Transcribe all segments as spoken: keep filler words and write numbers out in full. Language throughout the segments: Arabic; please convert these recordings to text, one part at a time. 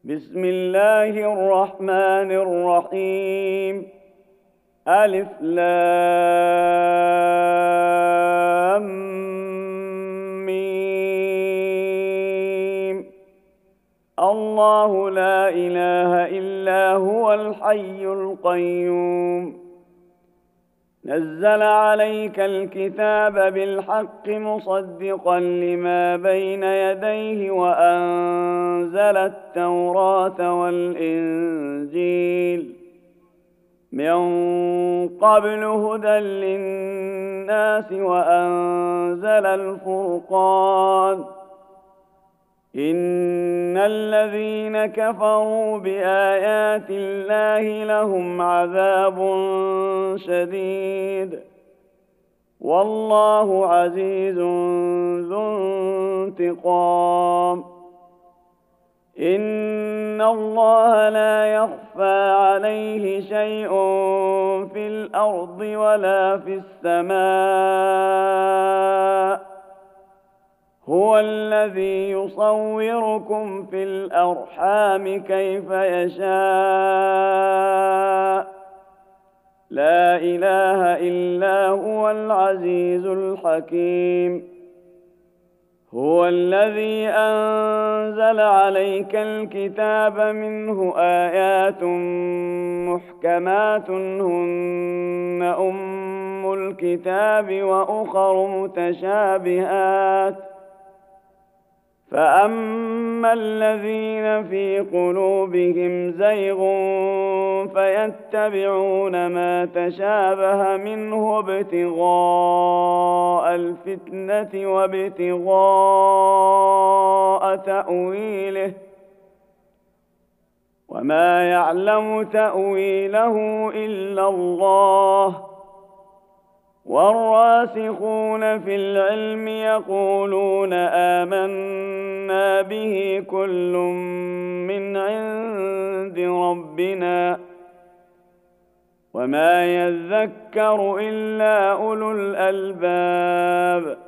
بسم الله الرحمن الرحيم. ألف لام ميم. الله لا إله إلا هو الحي القيوم. نزل عليك الكتاب بالحق مصدقا لما بين يديه وأنزل التوراة والإنجيل من قبل هدى للناس وأنزل الفرقان. إن الذين كفروا بآيات الله لهم عذاب شديد والله عزيز ذو انتقام. إن الله لا يخفى عليه شيء في الأرض ولا في السماء. هو الذي يصوركم في الأرحام كيف يشاء. لا إله إلا هو العزيز الحكيم. هو الذي أنزل عليك الكتاب منه آيات محكمات هن أم الكتاب وأخر متشابهات فأما الذين في قلوبهم زيغ فيتبعون ما تشابه منه ابتغاء الفتنة وابتغاء تأويله وما يعلم تأويله إلا الله. والراسخون في العلم يقولون آمنا به كل من عند ربنا وما يذكر إلا أولو الألباب.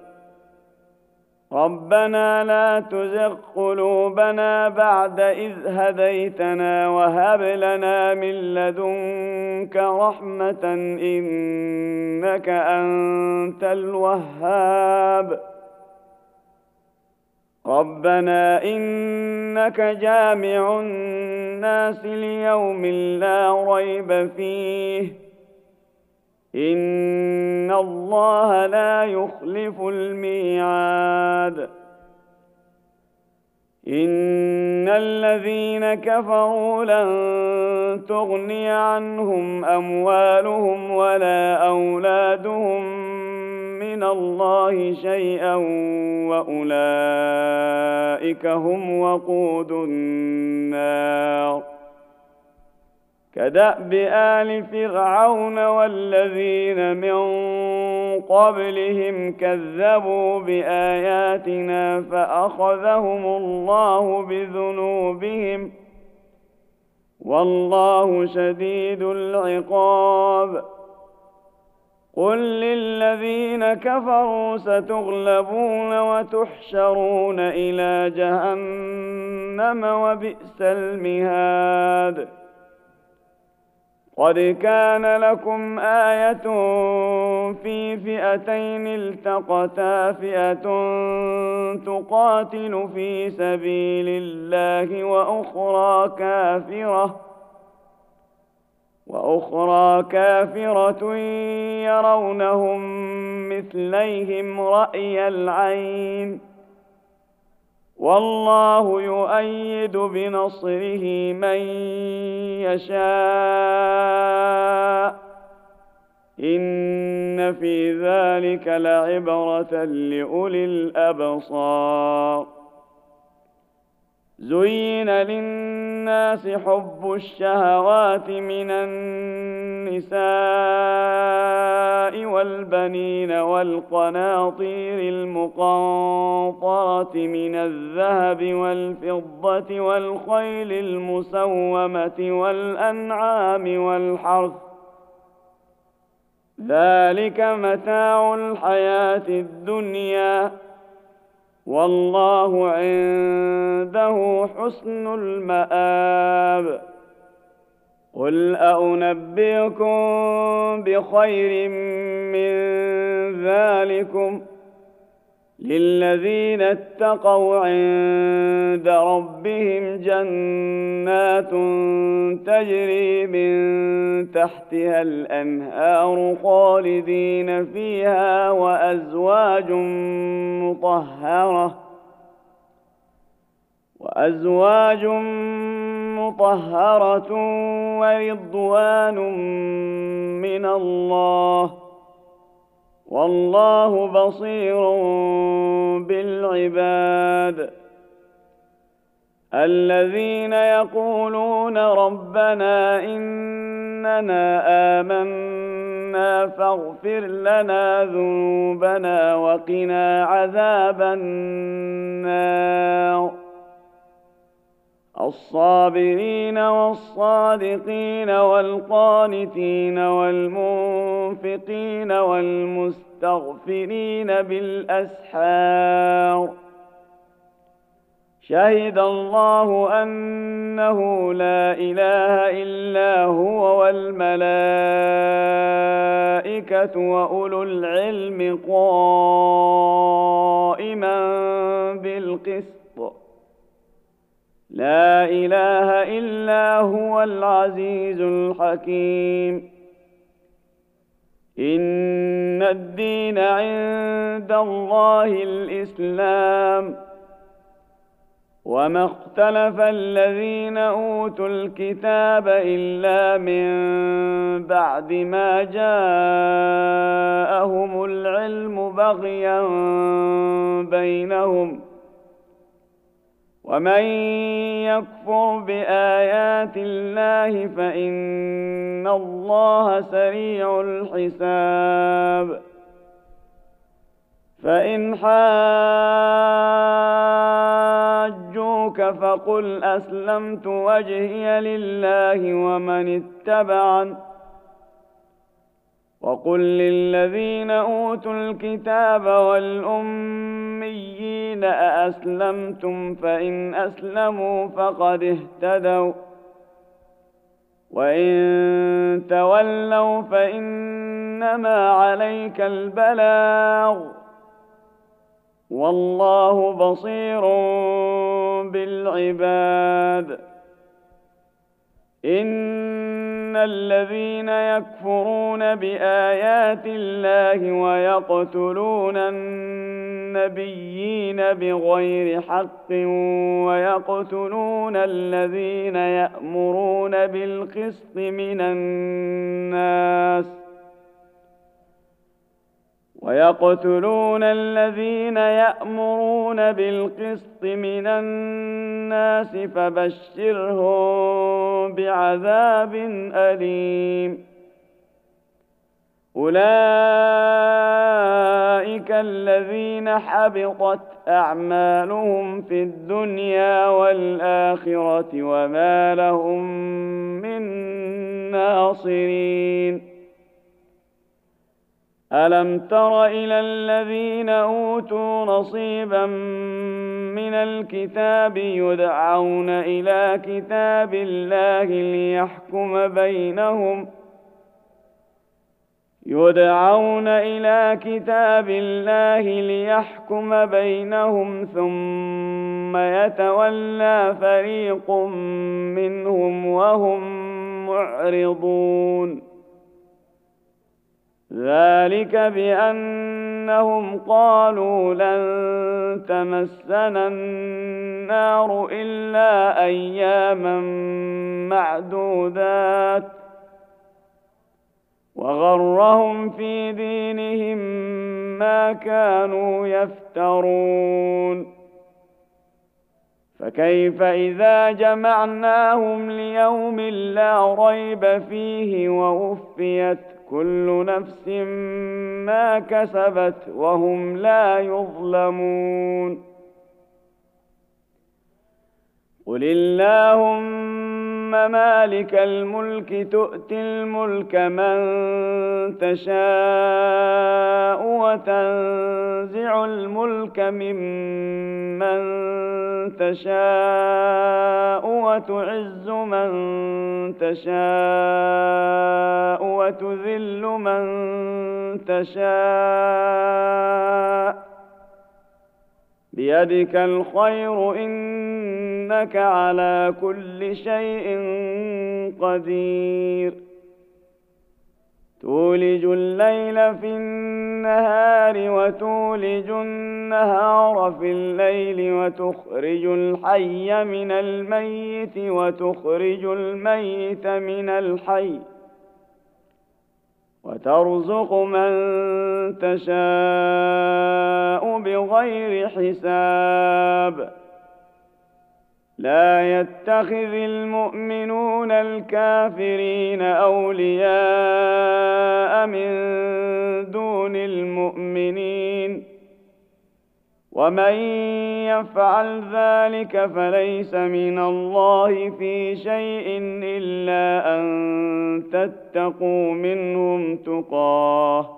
ربنا لا تزغ قلوبنا بعد إذ هديتنا وهب لنا من لدنك رحمة إنك أنت الوهاب. ربنا إنك جامع الناس ليوم لا ريب فيه إن الله لا يخلف الميعاد. إن الذين كفروا لن تغني عنهم أموالهم ولا أولادهم من الله شيئا وأولئك هم وقود النار. كدأب آل فرعون والذين من قبلهم كذبوا بآياتنا فأخذهم الله بذنوبهم والله شديد العقاب. قل للذين كفروا ستغلبون وتحشرون إلى جهنم وبئس المهاد. قد كان لكم آية في فئتين التقتا فئة تقاتل في سبيل الله وأخرى كافرة وأخرى كافرة يرونهم مثليهم رأي العين والله يؤيد بنصره من يشاء. إن في ذلك لعبرة لأولي الأبصار. زين للناس حب الشهوات من النساء والبنين والقناطير المقنطرة من الذهب والفضة والخيل المسومة والأنعام والحرث ذلك متاع الحياة الدنيا والله عنده حسن المآب. قل أنبئكم بخير من ذلكم للذين اتقوا عند ربهم جنات تجري من تحتها الأنهار خالدين فيها وأزواج مطهرة وأزواج مطهرة ورضوان من الله والله بصير بالعباد. الذين يقولون ربنا إننا آمنا فاغفر لنا ذنوبنا وقنا عذاب النار. الصابرين والصادقين والقانتين والمنفقين والمستغفرين بالأسحار. شهد الله أنه لا إله إلا هو والملائكة وأولو العلم قائما بالقسط لا إله إلا هو العزيز الحكيم. إن الدين عند الله الإسلام وما اختلف الذين أوتوا الكتاب إلا من بعد ما جاءهم العلم بغيا بينهم ومن يكفر بآيات الله فإن الله سريع الحساب. فإن حاجوك فقل أسلمت وجهي لله ومن اتبعن وقل للذين أوتوا الكتاب والأميين أأسلمتم فإن أسلموا فقد اهتدوا وإن تولوا فإنما عليك البلاغ والله بصير بالعباد. إن الذين يكفرون بآيات الله ويقتلون النبيين بغير حق ويقتلون الذين يأمرون بالقسط من الناس ويقتلون الذين يأمرون بالقسط من الناس فبشرهم بعذاب أليم. أولئك الذين حبطت أعمالهم في الدنيا والآخرة وما لهم من ناصرين. ألم تر إلى الذين أوتوا نصيبا من الكتاب يدعون إلى كتاب الله ليحكم بينهم يدعون إلى كتاب الله ليحكم بينهم ثم يتولى فريق منهم وهم معرضون. ذلك بأنهم قالوا لن تمسنا النار إلا أياما معدودات وغرهم في دينهم ما كانوا يفترون. فكيف إذا جمعناهم ليوم لا ريب فيه ووفيت كل نفس ما كسبت وهم لا يظلمون. قل اللهم مالك الملك تؤتي الملك من تشاء وتنزع الملك ممن تشاء وتعز من تشاء وتذل من تشاء بيدك الخير إنك على كل شيء قدير تولج الليل في النهار وتولج النهار في الليل وتخرج الحي من الميت وتخرج الميت من الحي وترزق من تشاء بغير حساب لا يتخذ المؤمنون الكافرين أولياء من دون المؤمنين ومن يفعل ذلك فليس من الله في شيء إلا أن تتقوا منهم تقاه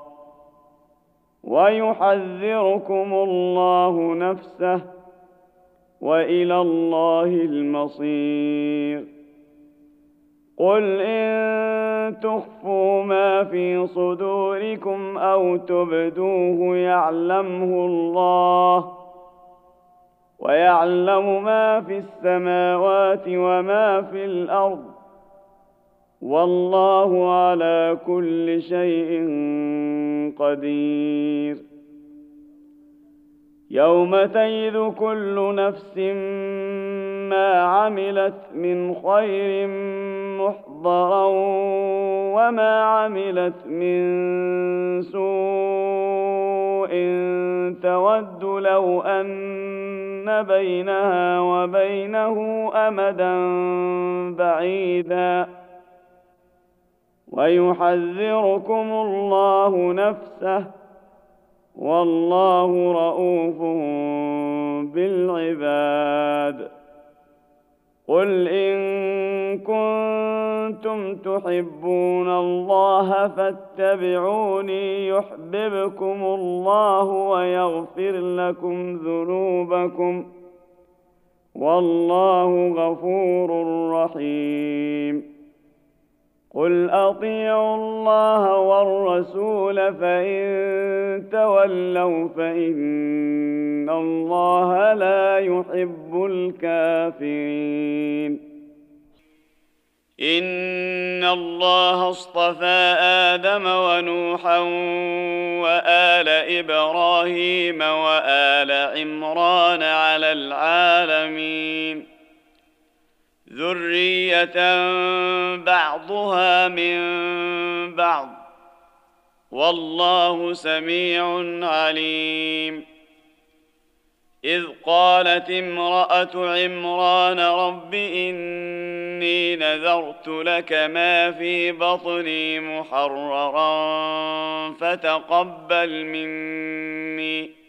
ويحذركم الله نفسه وإلى الله المصير قل إن تخفوا ما في صدوركم أو تبدوه يعلمه الله ويعلم ما في السماوات وما في الأرض والله على كل شيء قدير يوم تجد كل نفس ما عملت من خير محضرا وما عملت من سوء تود لو أن بينها وبينه أمدا بعيدا ويحذركم الله نفسه والله رءوف بالعباد قل إن كنتم تحبون الله فاتبعوني يحببكم الله ويغفر لكم ذنوبكم والله غفور رحيم قل أطيعوا الله والرسول فإن تولوا فإن الله لا يحب الكافرين إن الله اصطفى آدم ونوحا وآل إبراهيم وآل عمران على العالمين ذرية بعضها من بعض والله سميع عليم إذ قالت امرأة عمران رب إني نذرت لك ما في بطني محررا فتقبل مني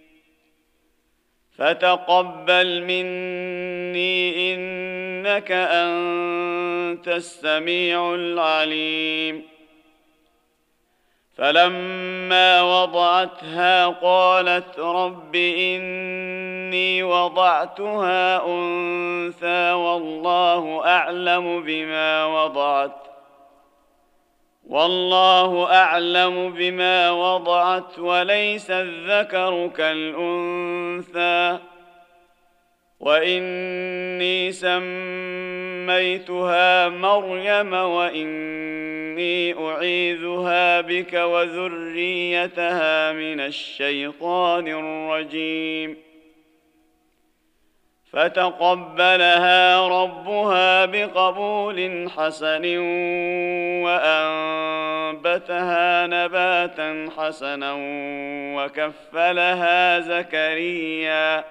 فتقبل مني إنك أنت السميع العليم فلما وضعتها قالت رب إني وضعتها أنثى والله أعلم بما وضعت والله أعلم بما وضعت وليس الذكر كالأنثى وإني سميتها مريم وإني أعيذها بك وذريتها من الشيطان الرجيم فتقبلها ربها بقبول حسن وأنبتها نباتا حسنا وكفلها زكريا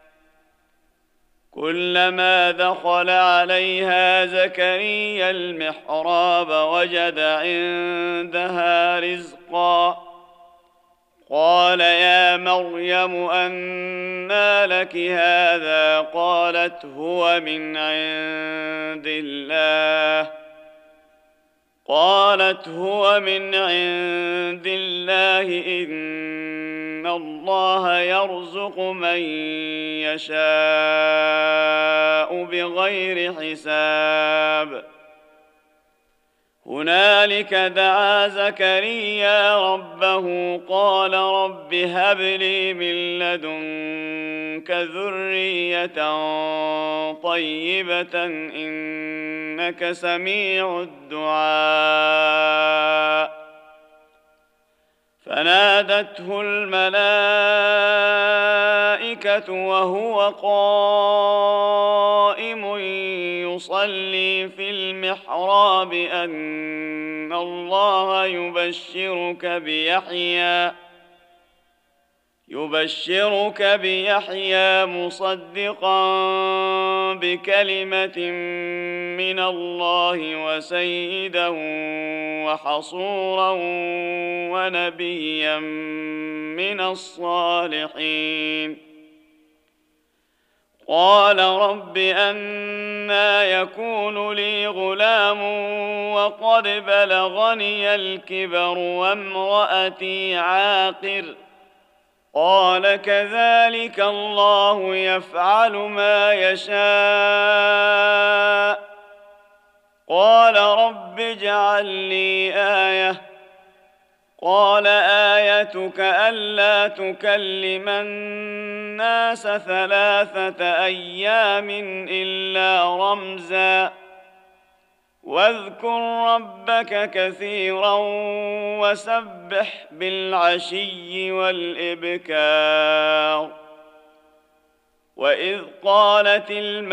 كلما دخل عليها زكريا المحراب وجد عندها رزقا قال يا مريم أنى لك هذا؟ قالت هو من عند الله قالت هو من عند الله إن الله يرزق من يشاء بغير حساب. هنالك دعا زكريا ربه قال رب هب لي من لدنك ذرية طيبة إنك سميع الدعاء. فنادته الملائكة وهو قائم يصلي في المحراب أن الله يبشرك بيحيى يبشرك بيحيى مصدقا بكلمة من الله وسيدا وحصورا ونبيا من الصالحين. قال رب أنى يكون لي غلام وقد بلغني الكبر وامرأتي عاقر؟ قال كذلك الله يفعل ما يشاء. قال رب اجعل لي آية. قال آيتك ألا تكلم الناس ثلاثة أيام إلا رمزا واذكر ربك كثيرا وسبح بالعشي والإبكار. وإذ قالت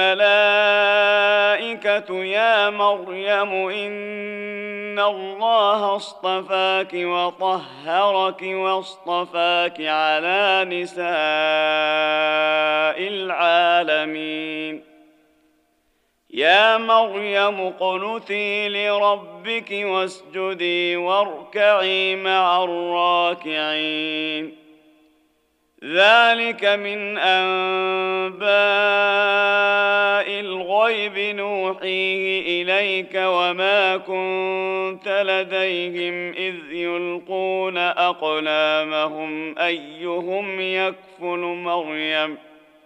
الملائكة يا مريم إن الله اصطفاك وطهرك واصطفاك على نساء العالمين. يا مريم اقنتي لربك واسجدي واركعي مع الراكعين. ذلك من أنباء الغيب نوحيه إليك وما كنت لديهم إذ يلقون أقلامهم أيهم يكفل مريم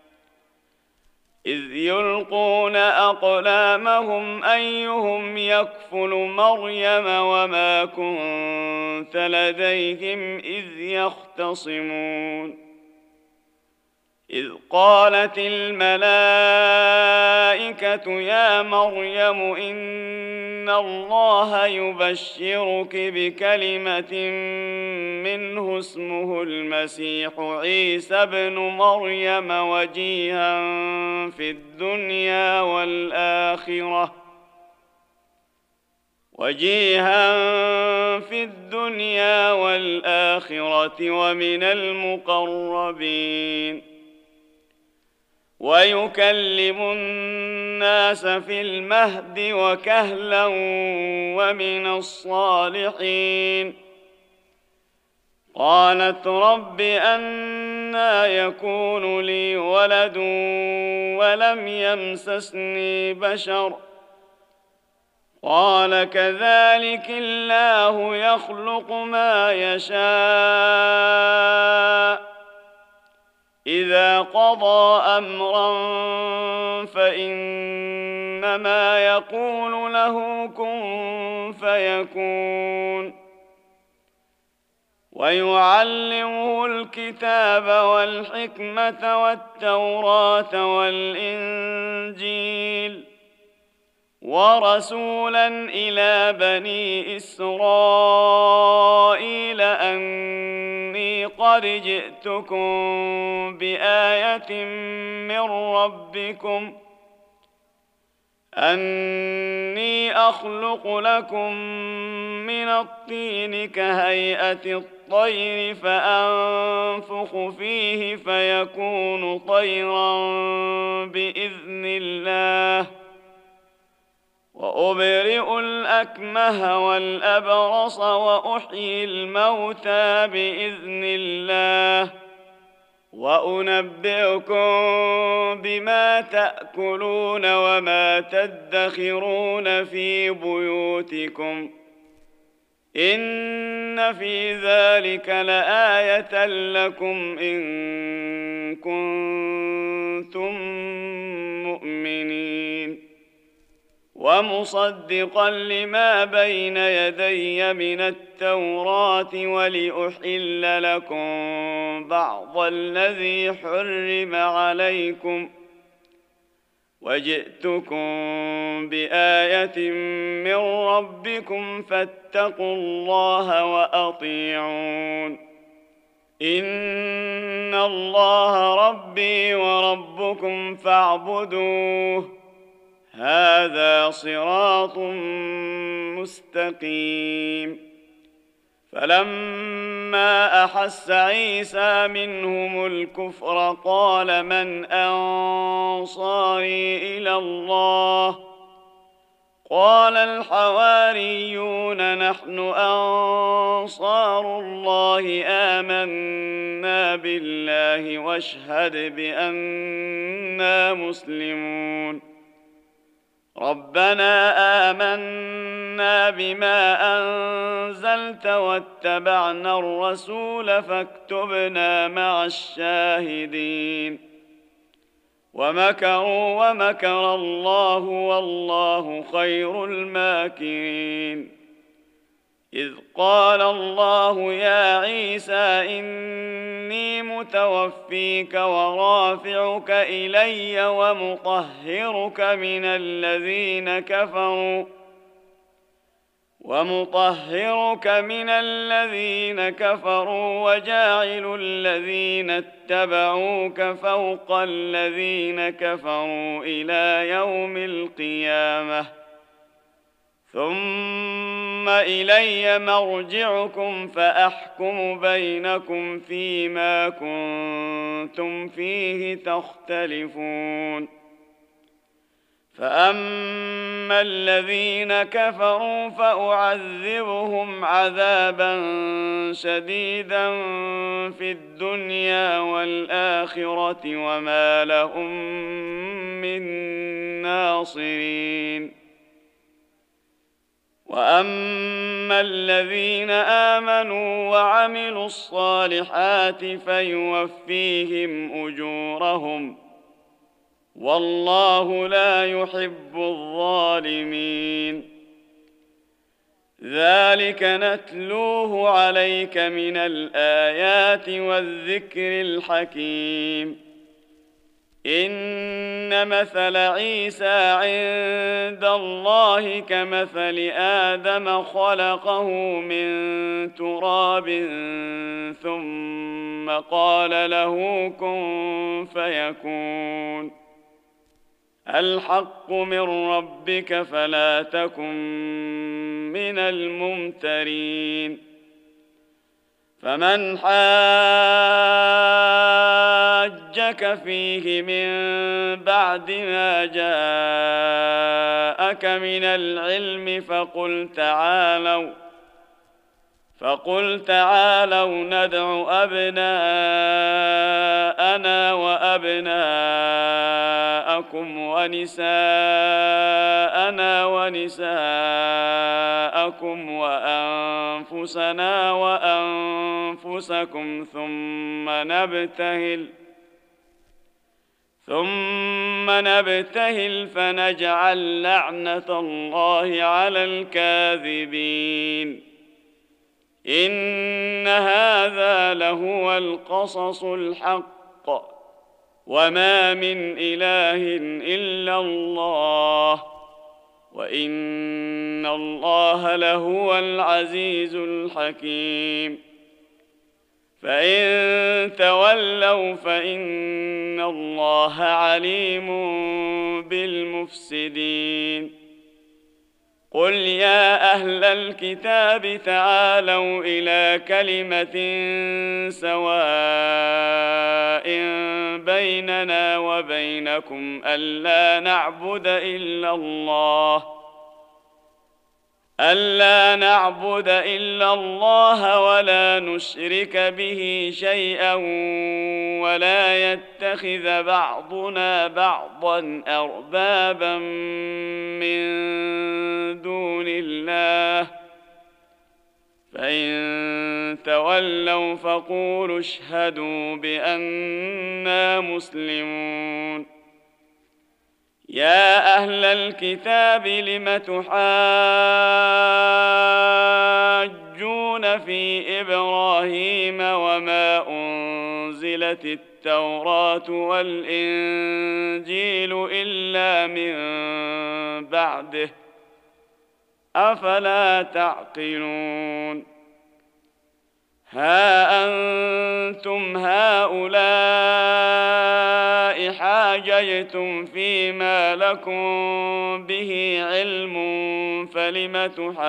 إذ يلقون أقلامهم أيهم يكفل مريم وما كنت لديهم إذ يختصمون. إذ قالت الملائكة يا مريم إن الله يبشرك بكلمة منه اسمه المسيح عيسى ابن مريم وجيها في الدنيا والآخرة وجيها في الدنيا والآخرة ومن المقربين. ويكلم الناس في المهد وكهلا ومن الصالحين. قالت رب أنى يكون لي ولد ولم يمسسني بشر؟ قال كذلك الله يخلق ما يشاء إذا قضى أمرا فإنما يقول له كن فيكون. ويعلمه الكتاب والحكمة والتوراة والإنجيل ورسولا إلى بني إسرائيل أني قد جئتكم بآية من ربكم أني أخلق لكم من الطين كهيئة الطير فأنفخ فيه فيكون طيرا بإذن الله وأبرئ الأكمه والأكمه والأبرص وأحيي الموتى بإذن الله وأنبئكم بما تأكلون وما تدخرون في بيوتكم إن في ذلك لآية لكم إن كنتم مؤمنين ومصدقا لما بين يدي من التوراة ولأحل لكم بعض الذي حرم عليكم وجئتكم بآية من ربكم فاتقوا الله وأطيعون إن الله ربي وربكم فاعبدوه هذا صراط مستقيم فلما أحس عيسى منهم الكفر قال من أنصاري إلى الله قال الحواريون نحن أنصار الله آمنا بالله واشهد بأننا مسلمون ربنا آمنا بما أنزلت واتبعنا الرسول فاكتبنا مع الشاهدين ومكروا ومكر الله والله خير الماكرين إذ قال الله يا عيسى إني متوفيك ورافعك إلي ومطهرك من الذين كفروا ومطهرك من الذين كفروا وجاعل الذين اتبعوك فوق الذين كفروا إلى يوم القيامة ثم إلي مرجعكم فأحكم بينكم فيما كنتم فيه تختلفون فأما الذين كفروا فأعذبهم عذابا شديدا في الدنيا والآخرة وما لهم من ناصرين وأما الذين آمنوا وعملوا الصالحات فيوفيهم أجورهم والله لا يحب الظالمين ذلك نتلوه عليك من الآيات والذكر الحكيم إن مثل عيسى عند الله كمثل آدم خلقه من تراب ثم قال له كن فيكون الحق من ربك فلا تكن من الممترين فمن حاجك فيه من بعد ما جاءك من العلم فقل تعالوا فقل تعالوا ندع أبناءنا وأبناءكم ونساءنا ونساءكم وأنفسنا وأنفسكم ثم نبتهل ثم نبتهل فنجعل لعنة الله على الكاذبين إن هذا لهو القصص الحق وما من إله إلا الله وإن الله لهو العزيز الحكيم فإن تولوا فإن الله عليم بالمفسدين قل يا أهل الكتاب تعالوا إلى كلمة سواء بيننا وبينكم ألا نعبد إلا الله ألا نعبد إلا الله ولا نشرك به شيئا ولا يتخذ بعضنا بعضا أربابا من دون الله فإن تولوا فقولوا اشهدوا بأننا مسلمون. يا أهل الكتاب لم تحاجون في إبراهيم وما أنزلت التوراة والإنجيل إلا من بعده أفلا تعقلون. ها أنتم هؤلاء حاججتم فيما لكم به علم فلم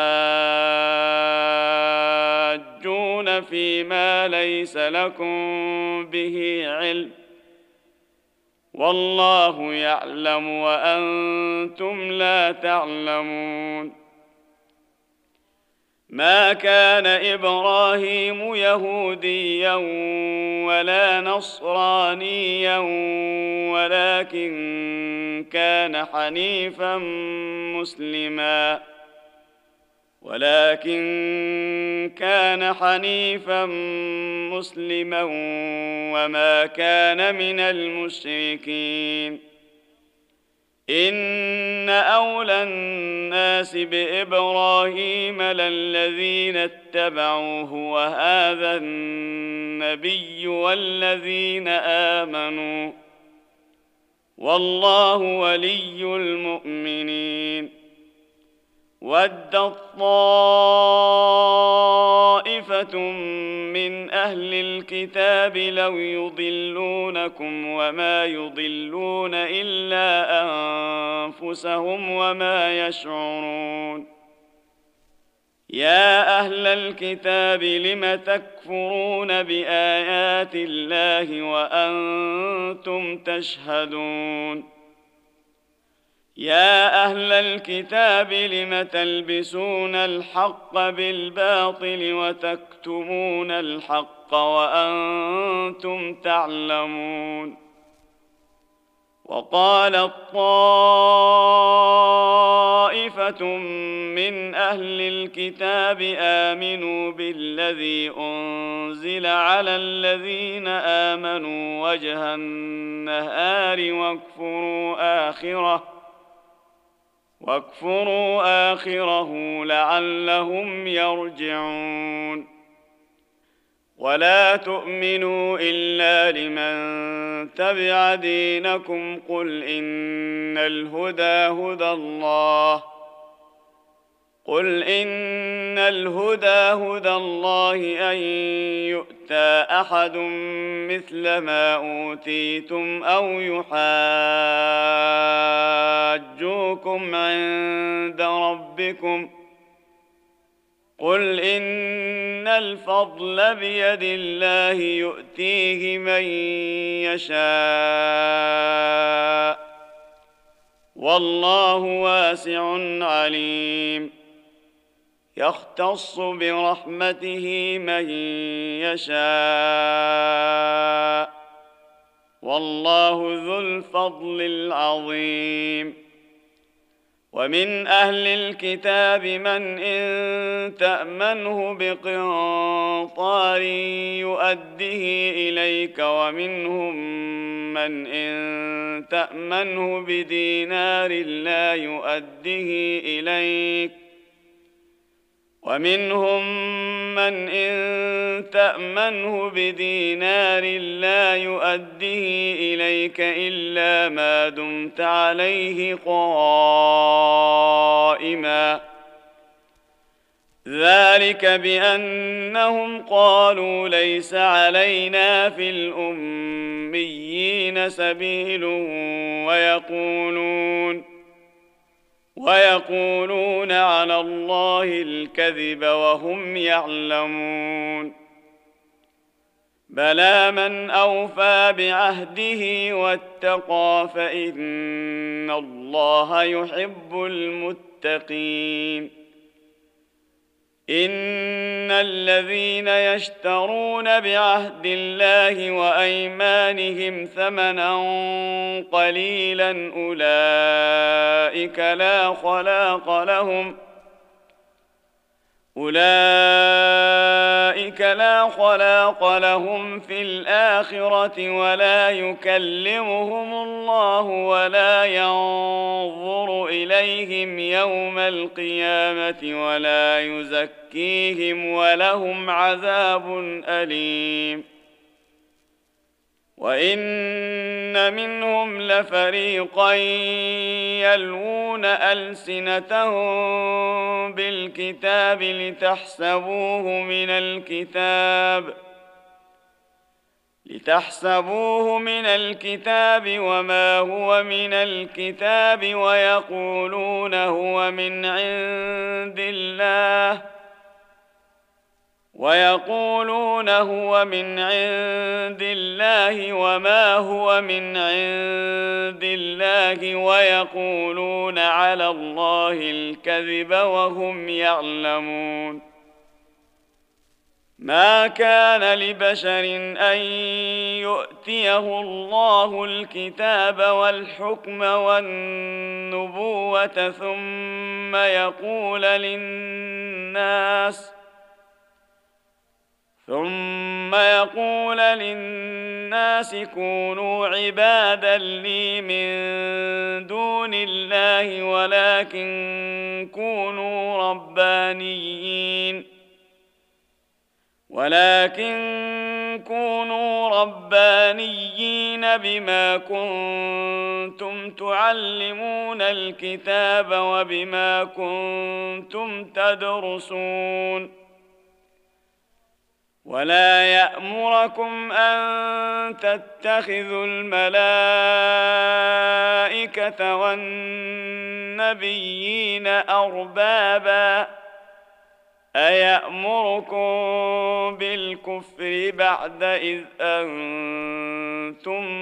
تحاجون فيما ليس لكم به علم والله يعلم وأنتم لا تعلمون. ما كان إبراهيم يهوديا ولا نصرانيا ولكن كان حنيفا مسلما ولكن كان حنيفا مسلما وما كان من المشركين. إن أولى الناس بإبراهيم للذين اتبعوه وهذا النبي والذين آمنوا والله ولي المؤمنين. ودت طائفة من أهل الكتاب لو يضلونكم وما يضلون إلا أنفسهم وما يشعرون. يا أهل الكتاب لم تكفرون بآيات الله وأنتم تشهدون. يا أهل الكتاب لم تلبسون الحق بالباطل وتكتمون الحق وأنتم تعلمون. وقالت طائفة من أهل الكتاب آمنوا بالذي أنزل على الذين آمنوا وجه النهار واكفروا آخره واكفروا آخره لعلهم يرجعون. ولا تؤمنوا إلا لمن تبع دينكم قل إن الهدى هدى الله قل إن الهدى هدى الله أن يؤتى أحد مثل ما أوتيتم أو يحاجوكم عند ربكم قل إن الفضل بيد الله يؤتيه من يشاء والله واسع عليم. يختص برحمته من يشاء والله ذو الفضل العظيم. ومن أهل الكتاب من إن تأمنه بقنطار يؤده إليك ومنهم من إن تأمنه بدينار لا يؤده إليك ومنهم من إن تأمنه بدينار لا يؤده إليك إلا ما دمت عليه قائما ذلك بأنهم قالوا ليس علينا في الأميين سبيل ويقولون ويقولون على الله الكذب وهم يعلمون. بلى من أوفى بعهده واتقى فإن الله يحب المتقين. إن الذين يشترون بعهد الله وأيمانهم ثمنا قليلا أولئك لا خلاق لهم أولئك لا خلاق لهم في الآخرة ولا يكلمهم الله ولا ينظر إليهم يوم القيامة ولا يزكيهم ولهم عذاب أليم. وإن منهم لفريقا يلوون ألسنتهم بالكتاب لتحسبوه من الكتاب لتحسبوه من الكتاب وما هو من الكتاب ويقولون هو من عند الله ويقولون هو من عند الله وما هو من عند الله ويقولون على الله الكذب وهم يعلمون. ما كان لبشر أن يؤتيه الله الكتاب والحكم والنبوة ثم يقول للناس ثم يقول للناس كونوا عبادا لي من دون الله ولكن كونوا ربانيين ولكن كونوا ربانيين بما كنتم تعلمون الكتاب وبما كنتم تدرسون. ولا يأمركم أن تتخذوا الملائكة والنبيين أربابا أيأمركم بالكفر بعد إذ أنتم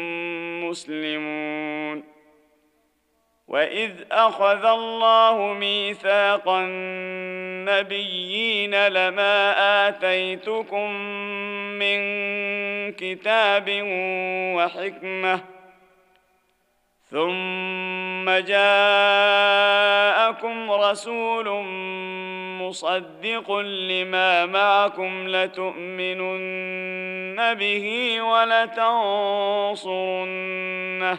مسلمون. وإذ أخذ الله ميثاق النبيين لما آتيتكم من كتاب وحكمة ثم جاءكم رسول مصدق لما معكم لتؤمنن به ولتنصرنه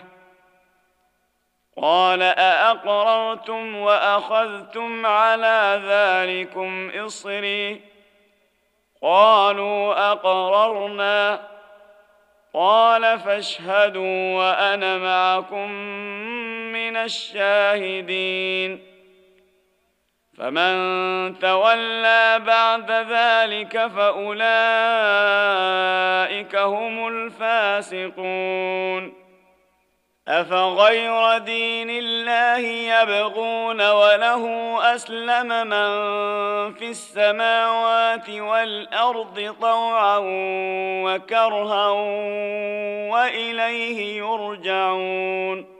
قال أأقررتم وأخذتم على ذلكم إصري قالوا أقررنا قال فاشهدوا وأنا معكم من الشاهدين. فمن تولى بعد ذلك فأولئك هم الفاسقون. أفغير دين الله يبغون وله أسلم من في السماوات والأرض طوعا وكرها وإليه يرجعون.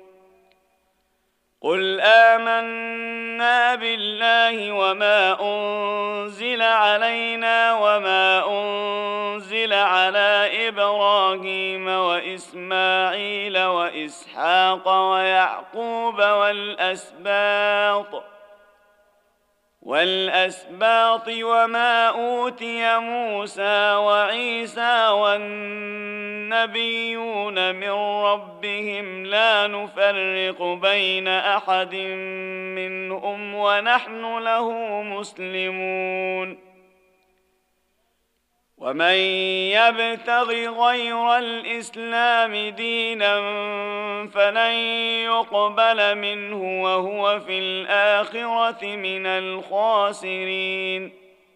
قل آمنا بالله وما أنزل علينا وما أنزل على إبراهيم وإسماعيل وإسحاق ويعقوب والأسباط والأسباط وما أوتي موسى وعيسى والنبيون من ربهم لا نفرق بين أحد منهم ونحن له مسلمون. ومن يبتغ غير الإسلام دينا فلن يقبل منه وهو في الآخرة من الخاسرين.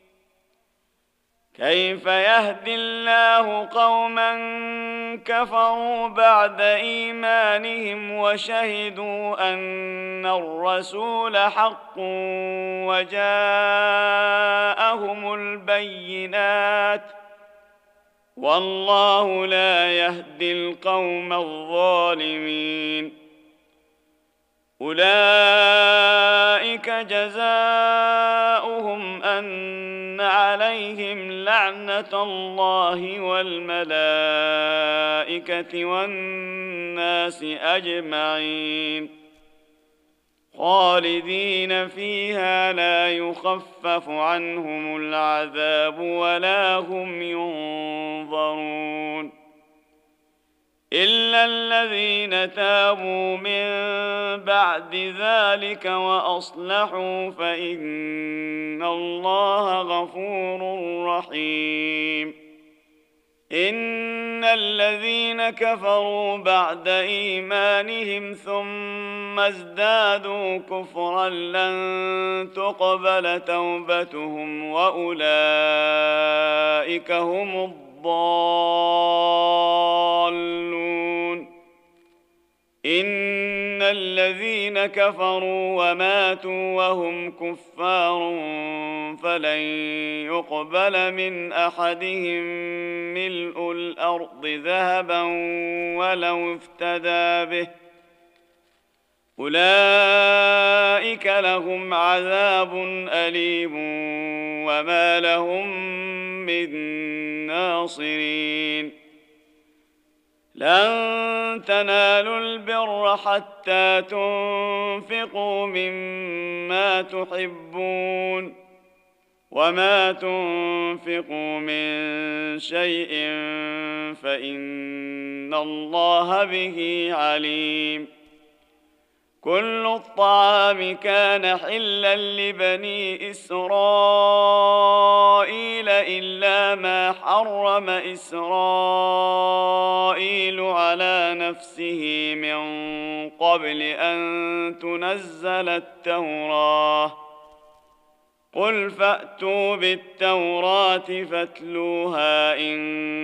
كيف يهدي الله قوما كفروا بعد إيمانهم وشهدوا أن الرسول حق وجاءهم البينات والله لا يهدي القوم الظالمين. أولئك جزاؤهم أن لعنة الله والملائكة والناس أجمعين خالدين فيها لا يخفف عنهم العذاب ولا هم ينظرون إلا الذين تابوا من بعد ذلك وأصلحوا فإن الله غفور رحيم إن الذين كفروا بعد إيمانهم ثم ازدادوا كفرا لن تقبل توبتهم وأولئك هم الضالون إن الذين كفروا وماتوا وهم كفار فلن يقبل من أحدهم ملء الأرض ذهبا ولو افتدى به أولئك لهم عذاب أليم وما لهم من ناصرين لن تنالوا البر حتى تنفقوا مما تحبون وما تنفقوا من شيء فإن الله به عليم كل الطعام كان حلا لبني إسرائيل إلا ما حرم إسرائيل على نفسه من قبل أن تنزل التوراة قل فأتوا بالتوراة فاتلوها إن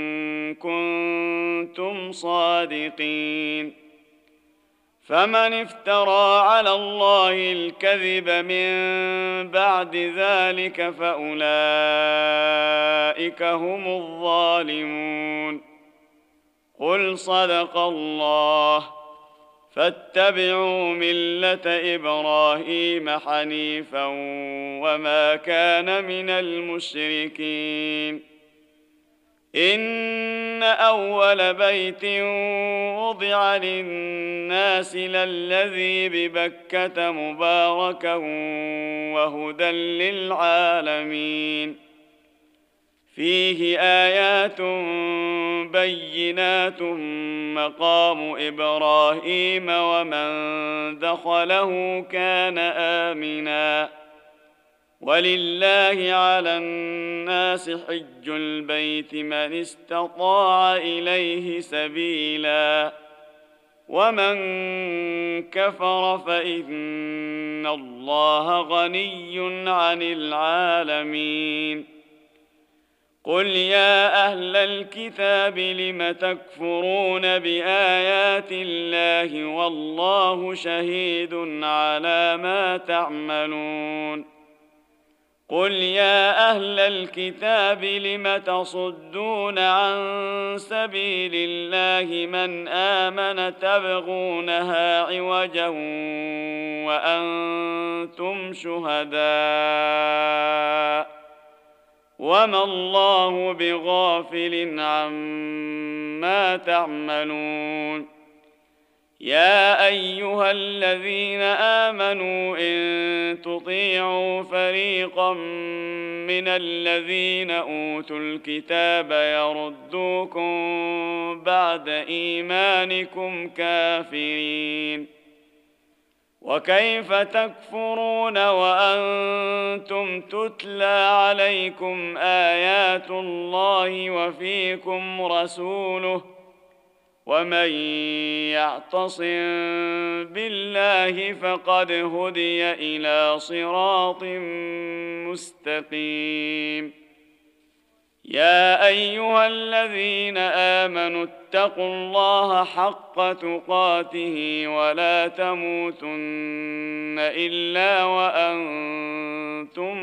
كنتم صادقين فمن افترى على الله الكذب من بعد ذلك فأولئك هم الظالمون قل صدق الله فاتبعوا ملة إبراهيم حنيفا وما كان من المشركين إن أول بيت وضع للناس للذي ببكة مباركا وهدى للعالمين فيه آيات بينات مقام إبراهيم ومن دخله كان آمناً ولله على الناس حج البيت من استطاع إليه سبيلا ومن كفر فإن الله غني عن العالمين قل يا أهل الكتاب لم تكفرون بآيات الله والله شهيد على ما تعملون قل يا أهل الكتاب لم تصدون عن سبيل الله من آمن تبغونها عوجا وأنتم شهداء وما الله بغافل عما تعملون يا أيها الذين آمنوا إن تطيعوا فريقا من الذين أوتوا الكتاب يردوكم بعد إيمانكم كافرين وكيف تكفرون وأنتم تتلى عليكم آيات الله وفيكم رسوله ومن يعتصم بالله فقد هدي إلى صراط مستقيم يا أيها الذين آمنوا اتقوا الله حق تقاته ولا تموتن إلا وأنتم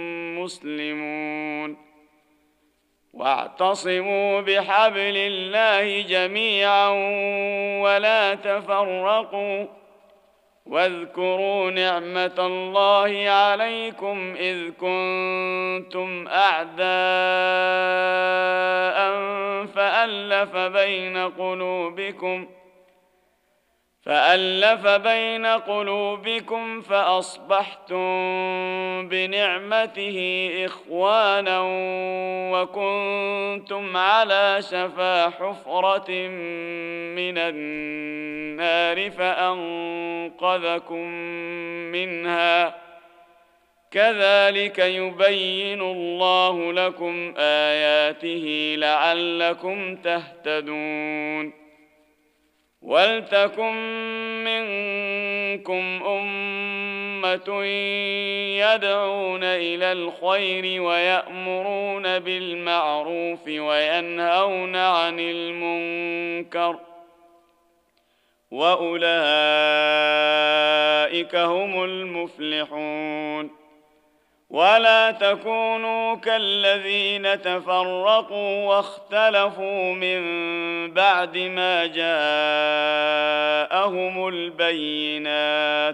مسلمون واعتصموا بحبل الله جميعا ولا تفرقوا واذكروا نعمة الله عليكم إذ كنتم أعداء فألف بين قلوبكم فألف بين قلوبكم فأصبحتم بنعمته إخوانا وكنتم على شفا حفرة من النار فأنقذكم منها كذلك يبين الله لكم آياته لعلكم تهتدون ولتكن منكم أمة يدعون إلى الخير ويأمرون بالمعروف وينهون عن المنكر وأولئك هم المفلحون ولا تكونوا كالذين تفرقوا واختلفوا من بعد ما جاءهم البينات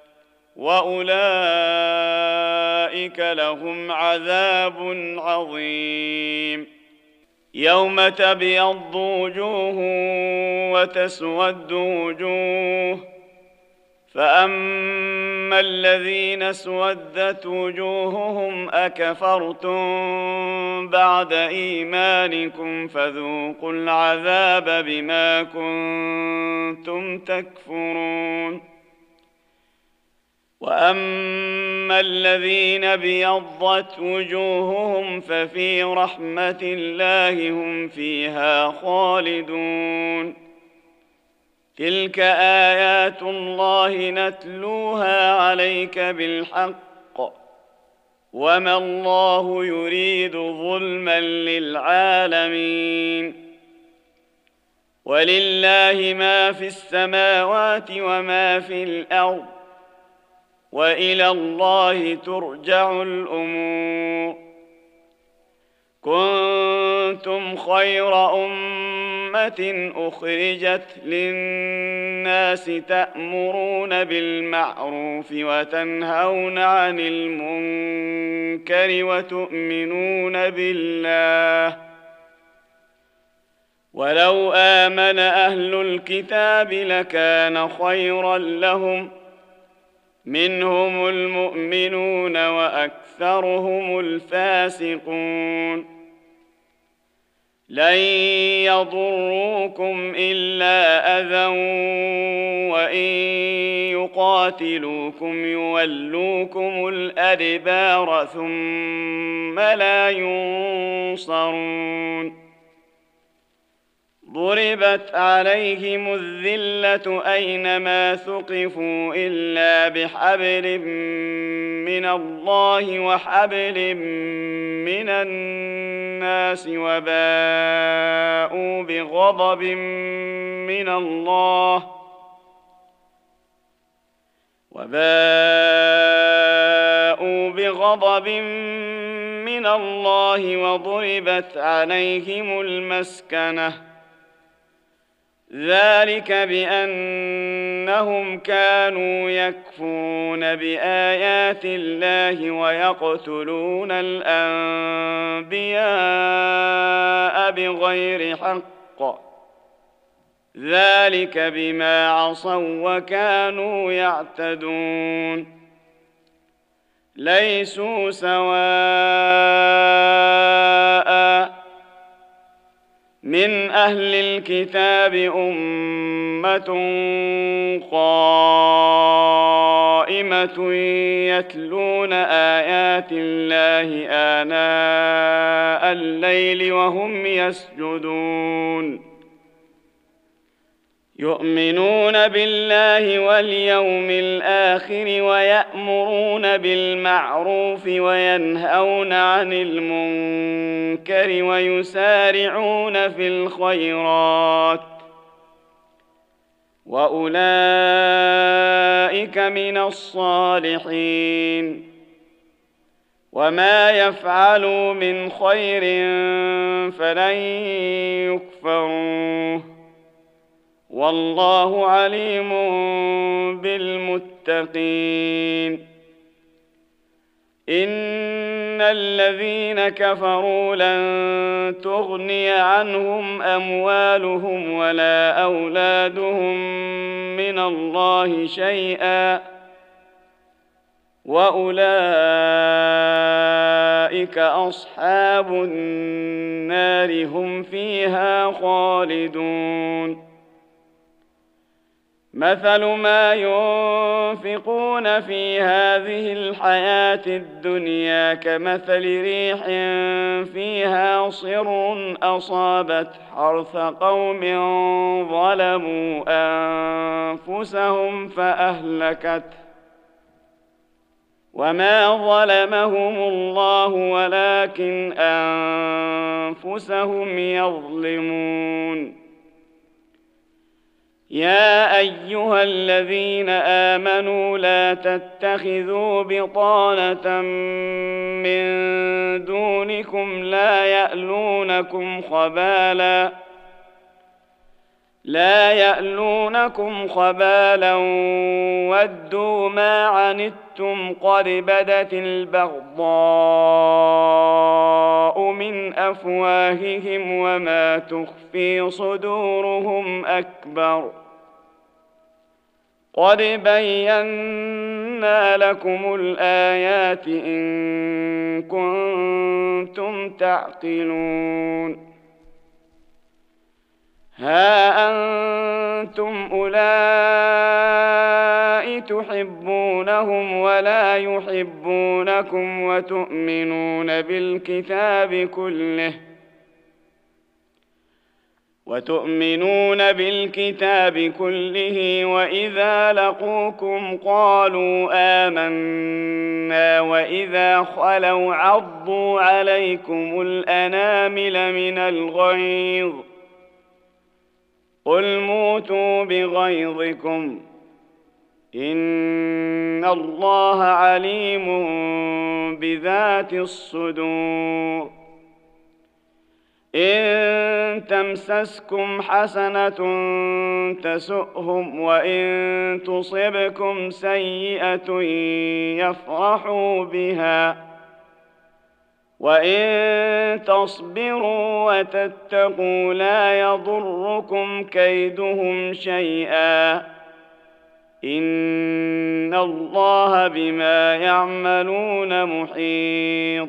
وأولئك لهم عذاب عظيم يوم تبيض وجوه وتسود وجوه فأما الذين اسودت وجوههم أكفرتم بعد إيمانكم فذوقوا العذاب بما كنتم تكفرون وأما الذين ابيضت وجوههم ففي رحمة الله هم فيها خالدون تلك آيات الله نتلوها عليك بالحق وما الله يريد ظلما للعالمين ولله ما في السماوات وما في الأرض وإلى الله ترجع الأمور كنتم خير أمة أخرجت للناس تأمرون بالمعروف وتنهون عن المنكر وتؤمنون بالله ولو آمن أهل الكتاب لكان خيرا لهم منهم المؤمنون وأكثرهم الفاسقون لن يضروكم إلا أذى وإن يقاتلوكم يولوكم الأدبار ثم لا ينصرون ضربت عليهم الذلة أينما ثقفوا إلا بحبل من الله وحبل من الناس وباءوا بغضب من الله وباءوا بغضب من الله وضربت عليهم المسكنة ذلك بأنهم كانوا يكفرون بآيات الله ويقتلون الأنبياء بغير حق ذلك بما عصوا وكانوا يعتدون ليسوا سواء من أهل الكتاب أمة قائمة يتلون آيات الله آناء الليل وهم يسجدون يؤمنون بالله واليوم الآخر ويأمرون بالمعروف وينهون عن المنكر ويسارعون في الخيرات وأولئك من الصالحين وما يفعلوا من خير فلن يكفروه والله عليم بالمتقين. إن الذين كفروا لن تغني عنهم أموالهم ولا أولادهم من الله شيئا وأولئك أصحاب النار هم فيها خالدون. مثل ما ينفقون في هذه الحياة الدنيا كمثل ريح فيها صر أصابت حرث قوم ظلموا أنفسهم فأهلكته وما ظلمهم الله ولكن أنفسهم يظلمون. يا أيها الذين آمنوا لا تتخذوا بطانة من دونكم لا يألونكم خبالا لا يألونكم خبالا ودوا ما عنتم قد بدت البغضاء من أفواههم وما تخفي صدورهم أكبر. قد بينا لكم الآيات إن كنتم تعقلون. ها أنتم أولئك تحبونهم ولا يحبونكم وتؤمنون بالكتاب كله وتؤمنون بالكتاب كله وإذا لقوكم قالوا آمنا وإذا خلوا عضوا عليكم الأنامل من الغيظ قل موتوا بغيظكم إن الله عليم بذات الصدور. إن تمسسكم حسنة تسؤهم وإن تصبكم سيئة يفرحوا بها وإن تصبروا وتتقوا لا يضركم كيدهم شيئا إن الله بما يعملون محيط.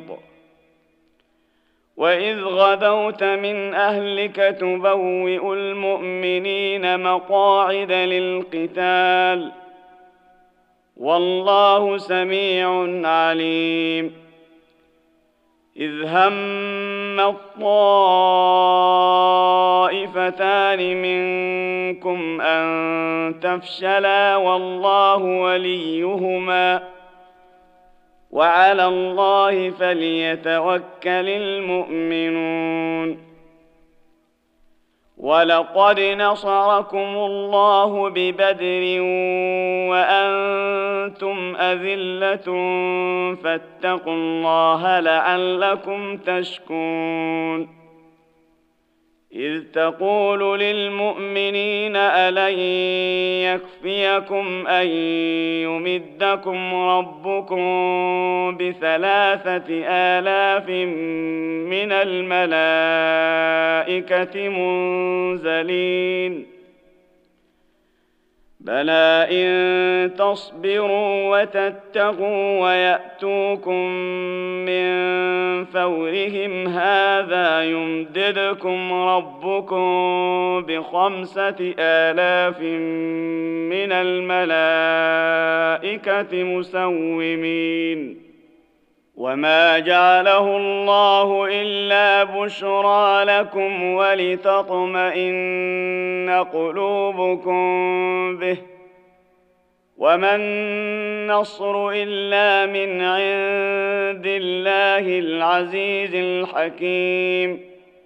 وإذ غدوت من أهلك تبوئ المؤمنين مقاعد للقتال والله سميع عليم. إذ هم الطائفتان منكم أن تفشلا والله وليهما وعلى الله فليتوكل المؤمنون. ولقد نصركم الله ببدر وأنتم أذلة فاتقوا الله لعلكم تشكرون. إذ تقول للمؤمنين ألن يكفيكم أن يمدكم ربكم بثلاثة آلاف من الملائكة منزلين بلى إن تصبروا وتتقوا ويأتوكم من فورهم هذا يمددكم ربكم بخمسة آلاف من الملائكة مسومين. وما جعله الله إلا بشرى لكم ولتطمئن قلوبكم به وما النصر إلا من عند الله العزيز الحكيم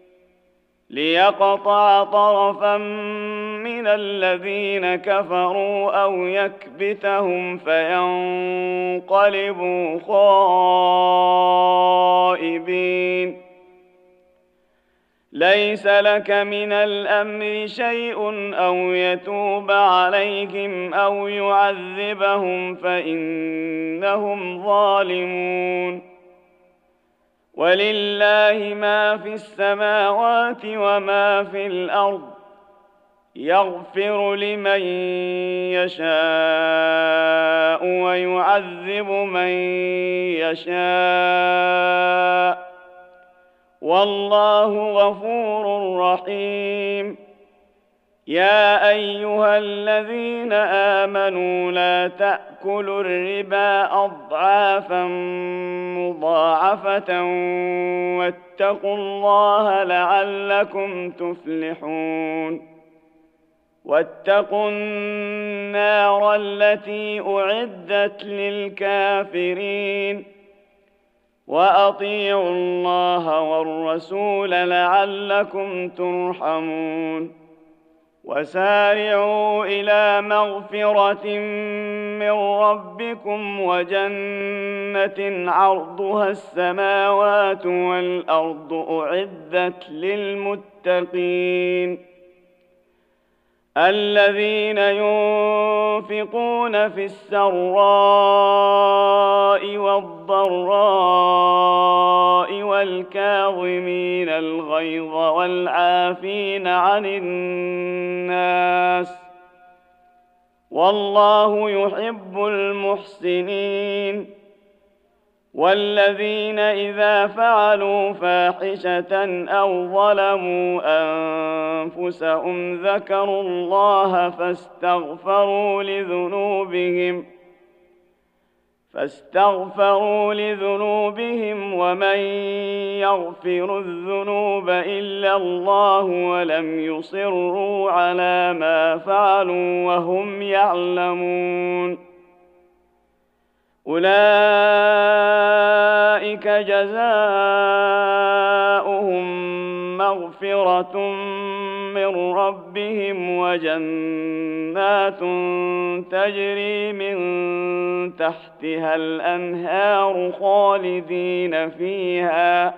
ليقطع طرفا من الذين كفروا أو يكبتهم فينقلبوا خائبين ليس لك من الأمر شيء أو يتوب عليهم أو يعذبهم فإنهم ظالمون ولله ما في السماوات وما في الأرض يغفر لمن يشاء ويعذب من يشاء والله غفور رحيم يا أيها الذين آمنوا لا تأكلوا الربا أضعافا مضاعفة واتقوا الله لعلكم تفلحون واتقوا النار التي أعدت للكافرين وأطيعوا الله والرسول لعلكم ترحمون وسارعوا إلى مغفرة من ربكم وجنة عرضها السماوات والأرض أعدت للمتقين الذين ينفقون في السراء والضراء والكاظمين الغيظ والعافين عن الناس والله يحب المحسنين والذين إذا فعلوا فاحشة أو ظلموا أنفسهم ذكروا الله فاستغفروا لذنوبهم فاستغفروا لذنوبهم ومن يغفر الذنوب إلا الله ولم يصروا على ما فعلوا وهم يعلمون أولئك جزاؤهم مغفرة من ربهم وجنات تجري من تحتها الأنهار خالدين فيها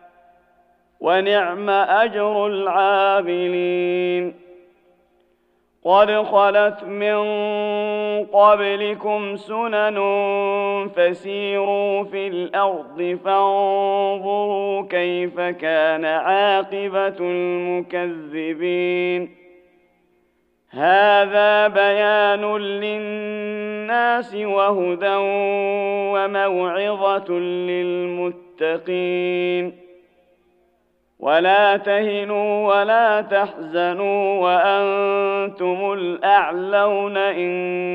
ونعم أجر العاملين قد خلت من قبلكم سنن فسيروا في الأرض فانظروا كيف كان عاقبة المكذبين هذا بيان للناس وهدى وموعظة للمتقين ولا تهنوا ولا تحزنوا وأنتم الأعلون إن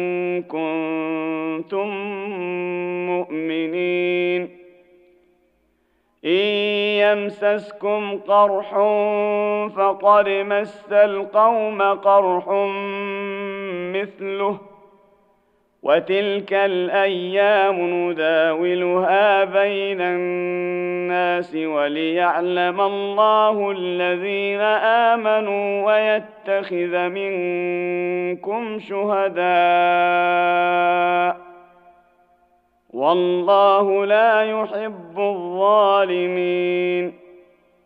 كنتم مؤمنين إن يمسسكم قرح فقد مس القوم قرح مثله وتلك الأيام نداولها بين الناس وليعلم الله الذين آمنوا ويتخذ منكم شهداء والله لا يحب الظالمين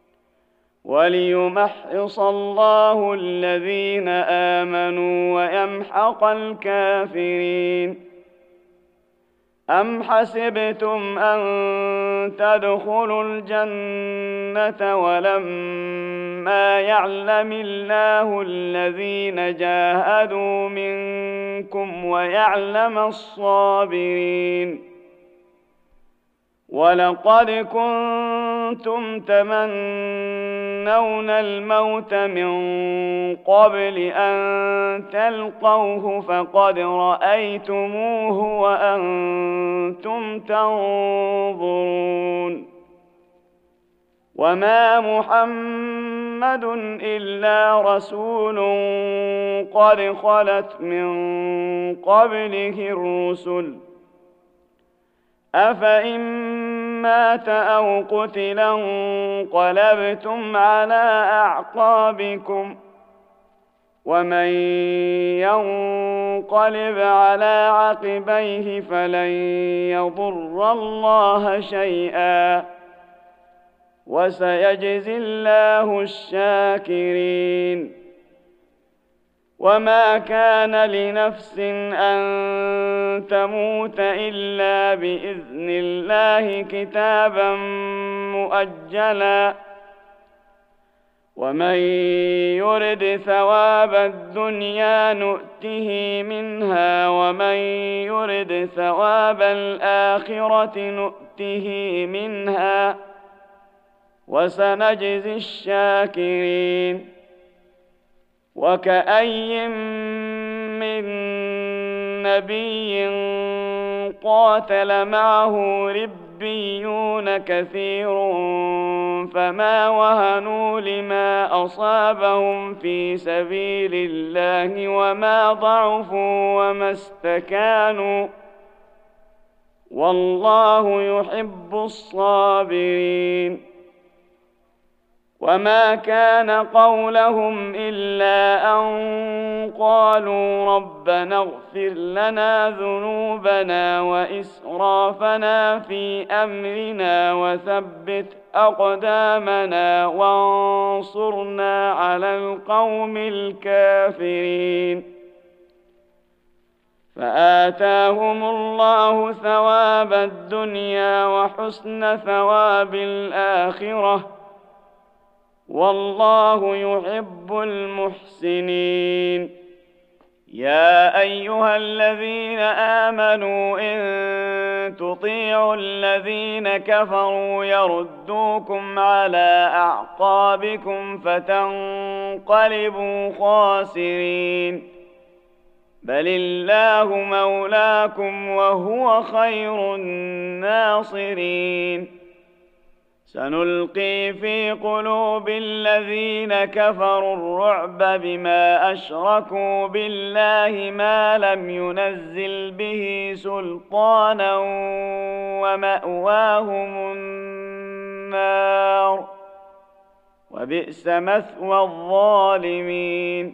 وليمحص الله الذين آمنوا ويمحق الكافرين أم حسبتم أن تدخلوا الجنة ولما يعلم الله الذين جاهدوا منكم ويعلم الصابرين ولقد كنتم تمنون الموت من قبل أن تلقوه فقد رأيتموه وأنتم تنظرون وما محمد إلا رسول قد خلت من قبله الرسل أفإن مات أو قتل انقلبتم على أعقابكم ومن ينقلب على عقبيه فلن يضر الله شيئا وسيجزي الله الشاكرين. وما كان لنفس أن تموت إلا بإذن الله كتابا مؤجلا، ومن يرد ثواب الدنيا نؤته منها ومن يرد ثواب الآخرة نؤته منها وسنجزي الشاكرين. وكأي من نبي قاتل معه ربيون كثير فما وهنوا لما أصابهم في سبيل الله وما ضعفوا وما استكانوا والله يحب الصابرين. وما كان قولهم إلا أن قالوا ربنا اغفر لنا ذنوبنا وإسرافنا في أمرنا وثبت أقدامنا وانصرنا على القوم الكافرين. فآتاهم الله ثواب الدنيا وحسن ثواب الآخرة والله يحب المحسنين. يا أيها الذين آمنوا إن تطيعوا الذين كفروا يردوكم على أعقابكم فتنقلبوا خاسرين. بل الله مولاكم وهو خير الناصرين. سنلقي في قلوب الذين كفروا الرعب بما أشركوا بالله ما لم ينزل به سلطانا ومأواهم النار وبئس مثوى الظالمين.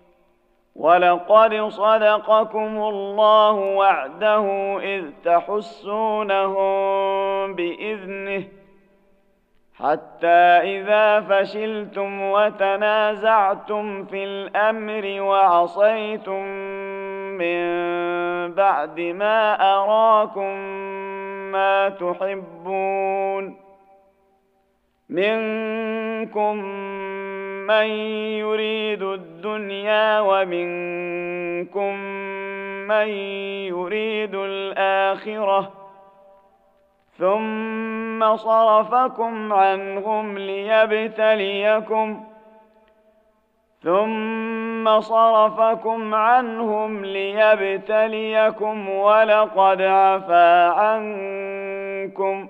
ولقد صدقكم الله وعده إذ تحسونهم بإذنه حتى إذا فشلتم وتنازعتم في الأمر وعصيتم من بعد ما أراكم ما تحبون منكم من يريد الدنيا ومنكم من يريد الآخرة ثم صرفكم عنهم ليبتليكم ثم صرفكم عنهم ليبتليكم ولقد عفا عنكم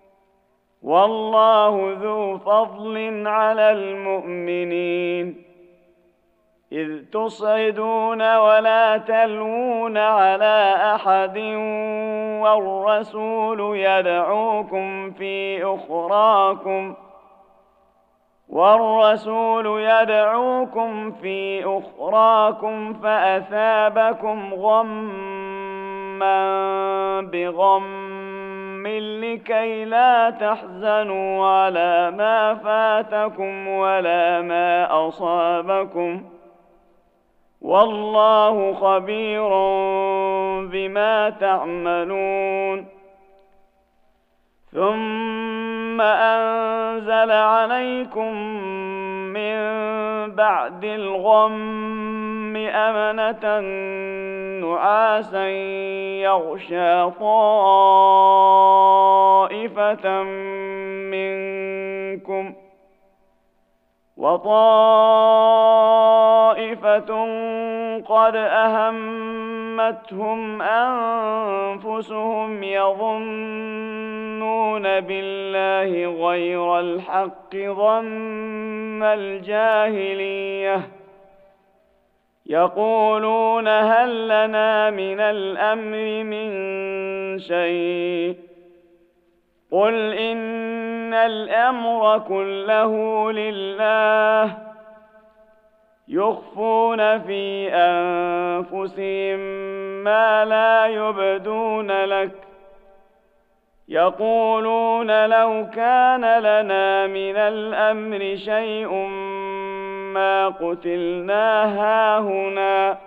والله ذو فضل على المؤمنين. إذ تصعدون ولا تلوون على أحد والرسول يدعوكم في أخراكم والرسول يدعوكم في أخراكم فأثابكم غمّا بغم لكي لا تحزنوا على ما فاتكم ولا ما أصابكم والله خبير بما تعملون. ثم أنزل عليكم من بعد الغم أمنة نعاسا يغشى طائفة منكم وطائفة قد أهمتهم أنفسهم يظنون بالله غير الحق ظن الجاهلية يقولون هل لنا من الأمر من شيء قل إن الأمر كله لله يخفون في أنفسهم ما لا يبدون لك يقولون لو كان لنا من الأمر شيء ما قتلنا هاهنا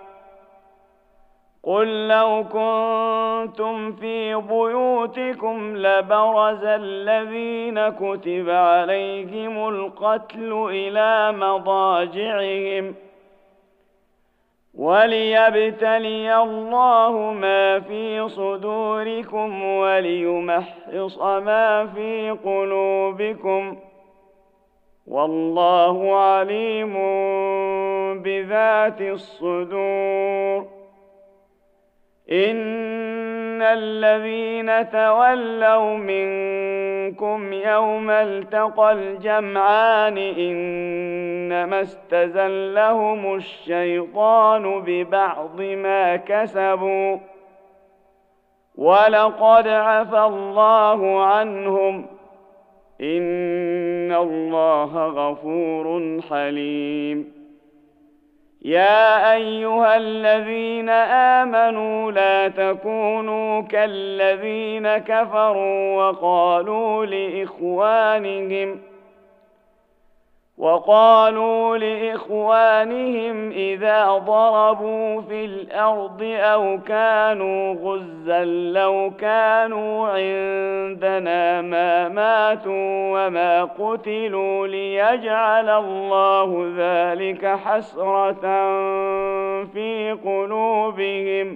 قل لو كنتم في بيوتكم لبرز الذين كتب عليهم القتل إلى مضاجعهم وليبتلي الله ما في صدوركم وليمحص ما في قلوبكم والله عليم بذات الصدور. إن الذين تولوا منكم يوم التقى الجمعان إنما استزلهم الشيطان ببعض ما كسبوا ولقد عفى الله عنهم إن الله غفور حليم. يا أيها الذين آمنوا لا تكونوا كالذين كفروا وقالوا لإخوانهم وقالوا لإخوانهم إذا ضربوا في الأرض أو كانوا غزا لو كانوا عندنا ما ماتوا وما قتلوا ليجعل الله ذلك حسرة في قلوبهم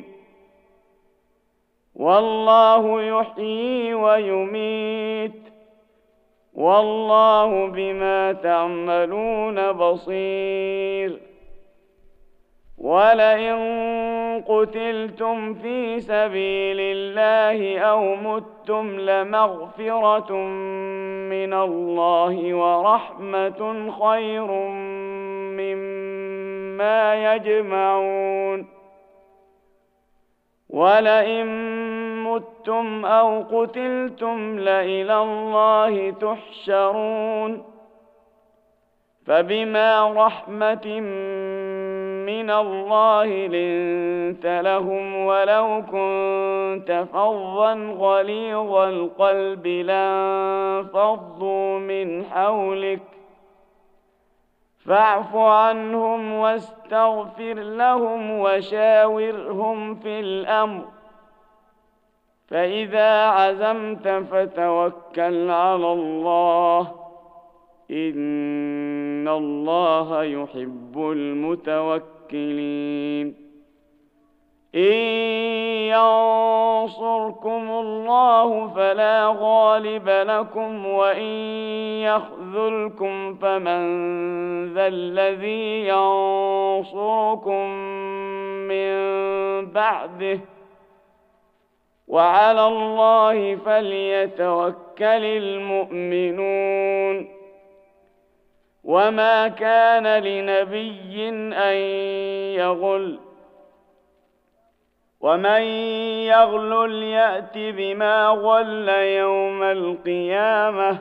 والله يحيي ويميت والله بما تعملون بصير. ولئن قتلتم في سبيل الله أو متم لمغفرة من الله ورحمة خير مما يجمعون. ولئن متم أو قتلتم لإلى الله تحشرون. فبما رحمة من الله لنت لهم ولو كنت فظا غليظ القلب لانفضوا من حولك فاعف عنهم واستغفر لهم وشاورهم في الأمر فإذا عزمت فتوكل على الله إن الله يحب المتوكلين. إن ينصركم الله فلا غالب لكم وإن يخذلكم فمن ذا الذي ينصركم من بعده وعلى الله فليتوكل المؤمنون. وما كان لنبي أن يغل ومن يغلل يأت بما غل يوم القيامة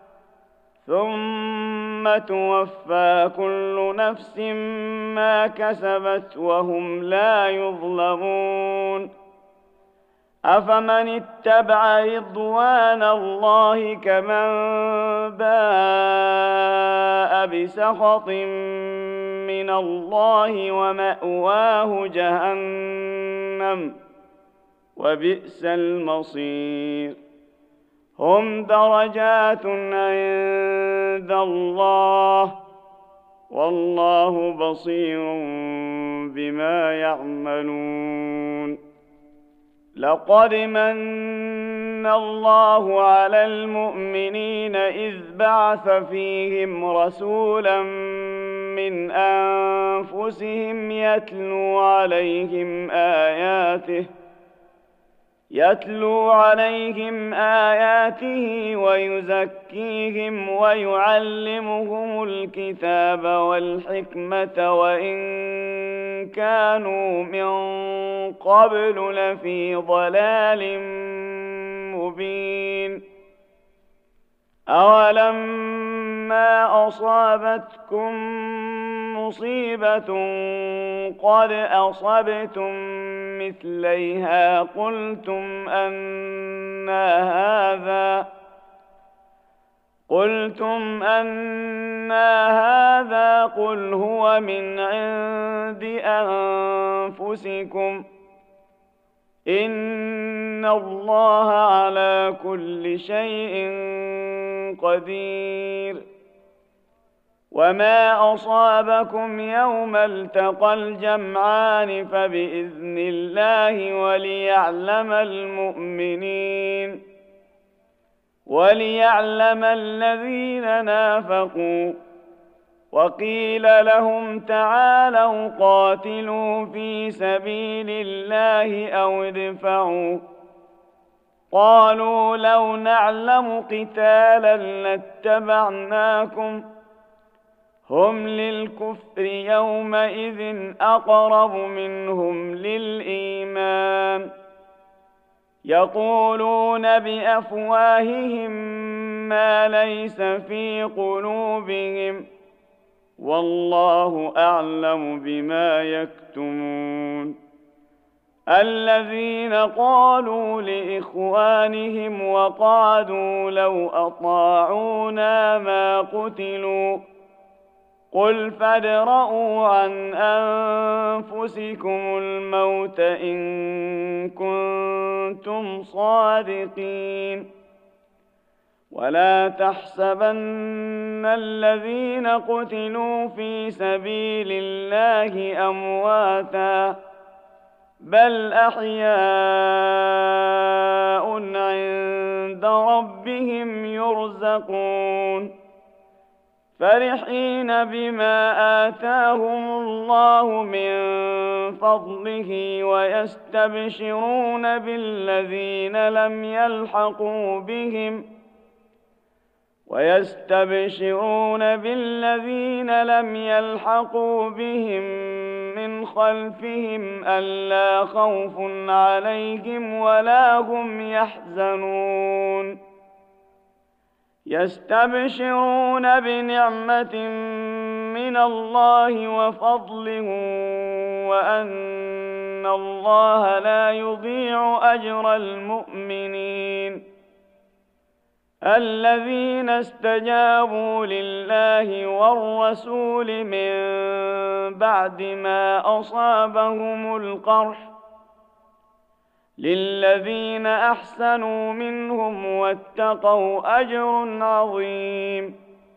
ثم توفى كل نفس ما كسبت وهم لا يظلمون. أفمن اتبع رضوان الله كمن باء بسخط من الله ومأواه جهنم وبئس المصير. هم درجات عند الله والله بصير بما يعملون. لقد من الله على المؤمنين إذ بعث فيهم رسولا من أنفسهم يتلو عليهم آياته يتلو عليهم آياته ويزكيهم ويعلمهم الكتاب والحكمة وإن كانوا من قبل لفي ضلال مبين. أولما أصابتكم مصيبة قد أصبتم مثليها قلتم أنى هذا قلتم أنى هذا قل هو من عند أنفسكم إن الله على كل شيء قدير وما أصابكم يوم التقى الجمعان فبإذن الله وليعلم المؤمنين وليعلم الذين نافقوا وقيل لهم تعالوا قاتلوا في سبيل الله أو ادفعوا قالوا لو نعلم قتالا لاتبعناكم هم للكفر يومئذ أقرب منهم للإيمان يقولون بأفواههم ما ليس في قلوبهم والله أعلم بما يكتمون الذين قالوا لإخوانهم وقعدوا لو أطاعونا ما قتلوا قل فادرءوا عن أنفسكم الموت إن كنتم صادقين ولا تحسبن الذين قتلوا في سبيل الله أمواتا بل أحياء عند ربهم يرزقون فرحين بما آتاهم الله من فضله ويستبشرون بالذين لم يلحقوا بهم ويستبشرون بالذين لم يلحقوا بهم من خلفهم ألا خوف عليهم ولا هم يحزنون يستبشرون بنعمة من الله وفضل وأن الله لا يضيع أجر المؤمنين الذين استجابوا لله والرسول من بعد ما أصابهم القرح للذين أحسنوا منهم واتقوا أجر عظيم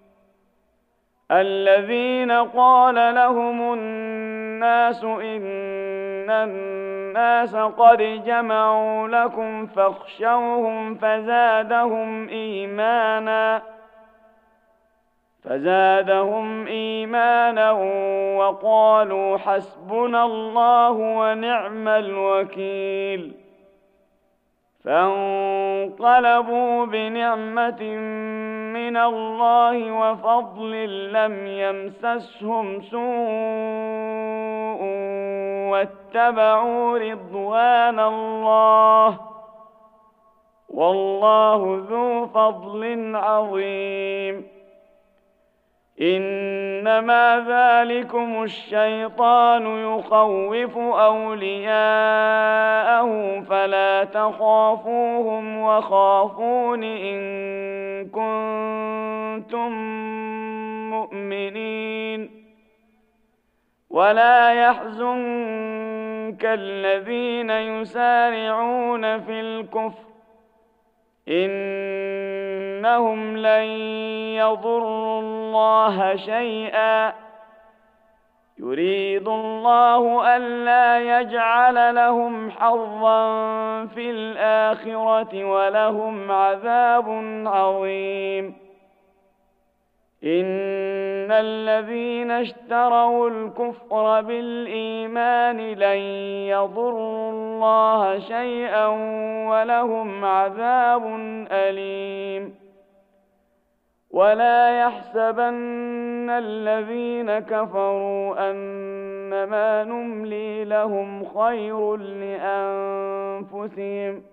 الذين قال لهم الناس إن الناس قد جمعوا لكم فاخشوهم فزادهم إيمانا فزادهم إيمانا وقالوا حسبنا الله ونعم الوكيل فانقلبوا بنعمة من الله وفضل لم يمسسهم سوء واتبعوا رضوان الله والله ذو فضل عظيم إنما ذلكم الشيطان يخوف أولياءه فلا تخافوهم وخافون إن كنتم مؤمنين ولا يحزنك الذين يسارعون في الكفر إنهم لن يضروا الله شيئا يريد الله ألا يجعل لهم حظا في الآخرة ولهم عذاب عظيم إن الذين اشتروا الكفر بالإيمان لن يضروا الله شيئا ولهم عذاب أليم ولا يحسبن الذين كفروا أنما نملي لهم خير لأنفسهم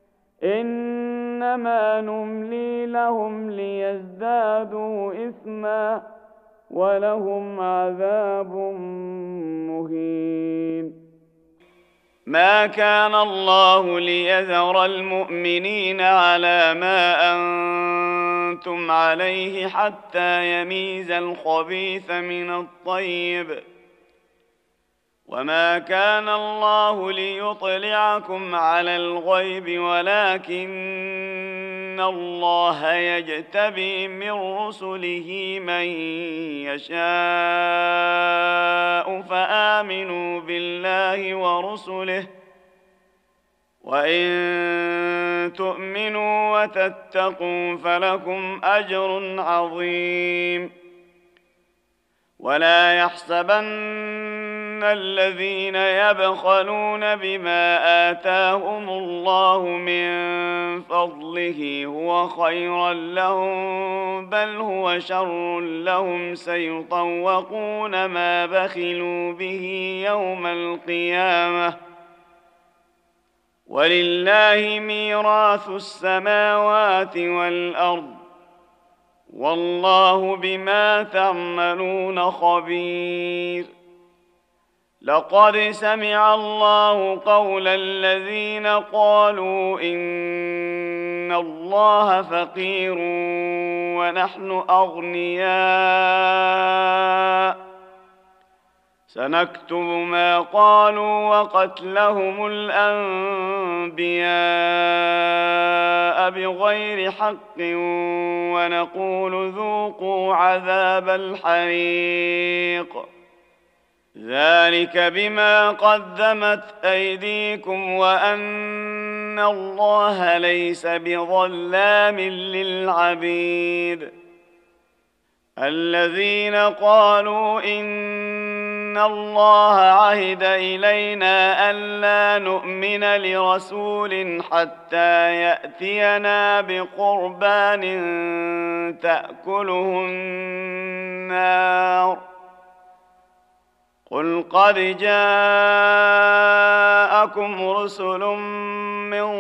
إنما نملي لهم ليزدادوا إثما ولهم عذاب مهين ما كان الله ليذر المؤمنين على ما أنتم عليه حتى يميز الخبيث من الطيب، وما كان الله ليطلعكم على الغيب ولكن الله يجتبي من رسله من يشاء فآمنوا بالله ورسله، وإن تؤمنوا وتتقوا فلكم أجر عظيم. ولا يحسبن الذين يبخلون بما آتاهم الله من فضله هو خيرا لهم بل هو شر لهم سيطوقون ما بخلوا به يوم القيامة، ولله ميراث السماوات والأرض والله بما تعملون خبير. لقد سمع الله قول الذين قالوا إن الله فقير ونحن أغنياء، سنكتب ما قالوا وقتلهم الأنبياء بغير حق ونقول ذوقوا عذاب الحريق، ذلك بما قدمت أيديكم وأن الله ليس بظلام للعبيد. الذين قالوا إن الله عهد إلينا ألا نؤمن لرسول حتى يأتينا بقربان تأكله النار، قل قد جاءكم رسل من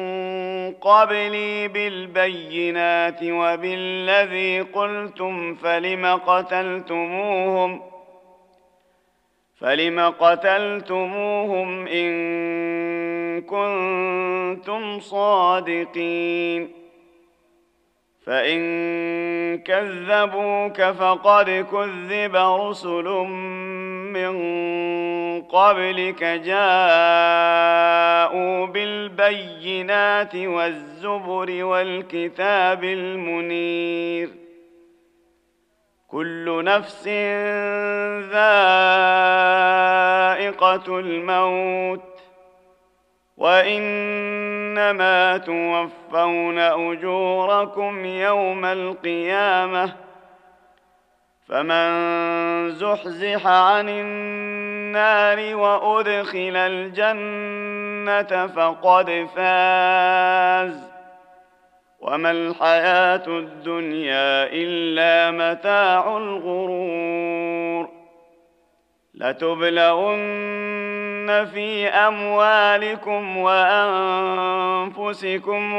قبلي بالبينات وبالذي قلتم فلم قتلتموهم فلم قتلتموهم إن كنتم صادقين، فإن كذبوك فقد كذب رسل من قبلك جاءوا بالبينات والزبر والكتاب المنير، كل نفس ذائقة الموت وإنما توفون أجوركم يوم القيامة، فمن زحزح عن النار وأدخل الجنة فقد فاز، وما الحياة الدنيا إلا متاع الغرور. لتبلغن في أموالكم وأنفسكم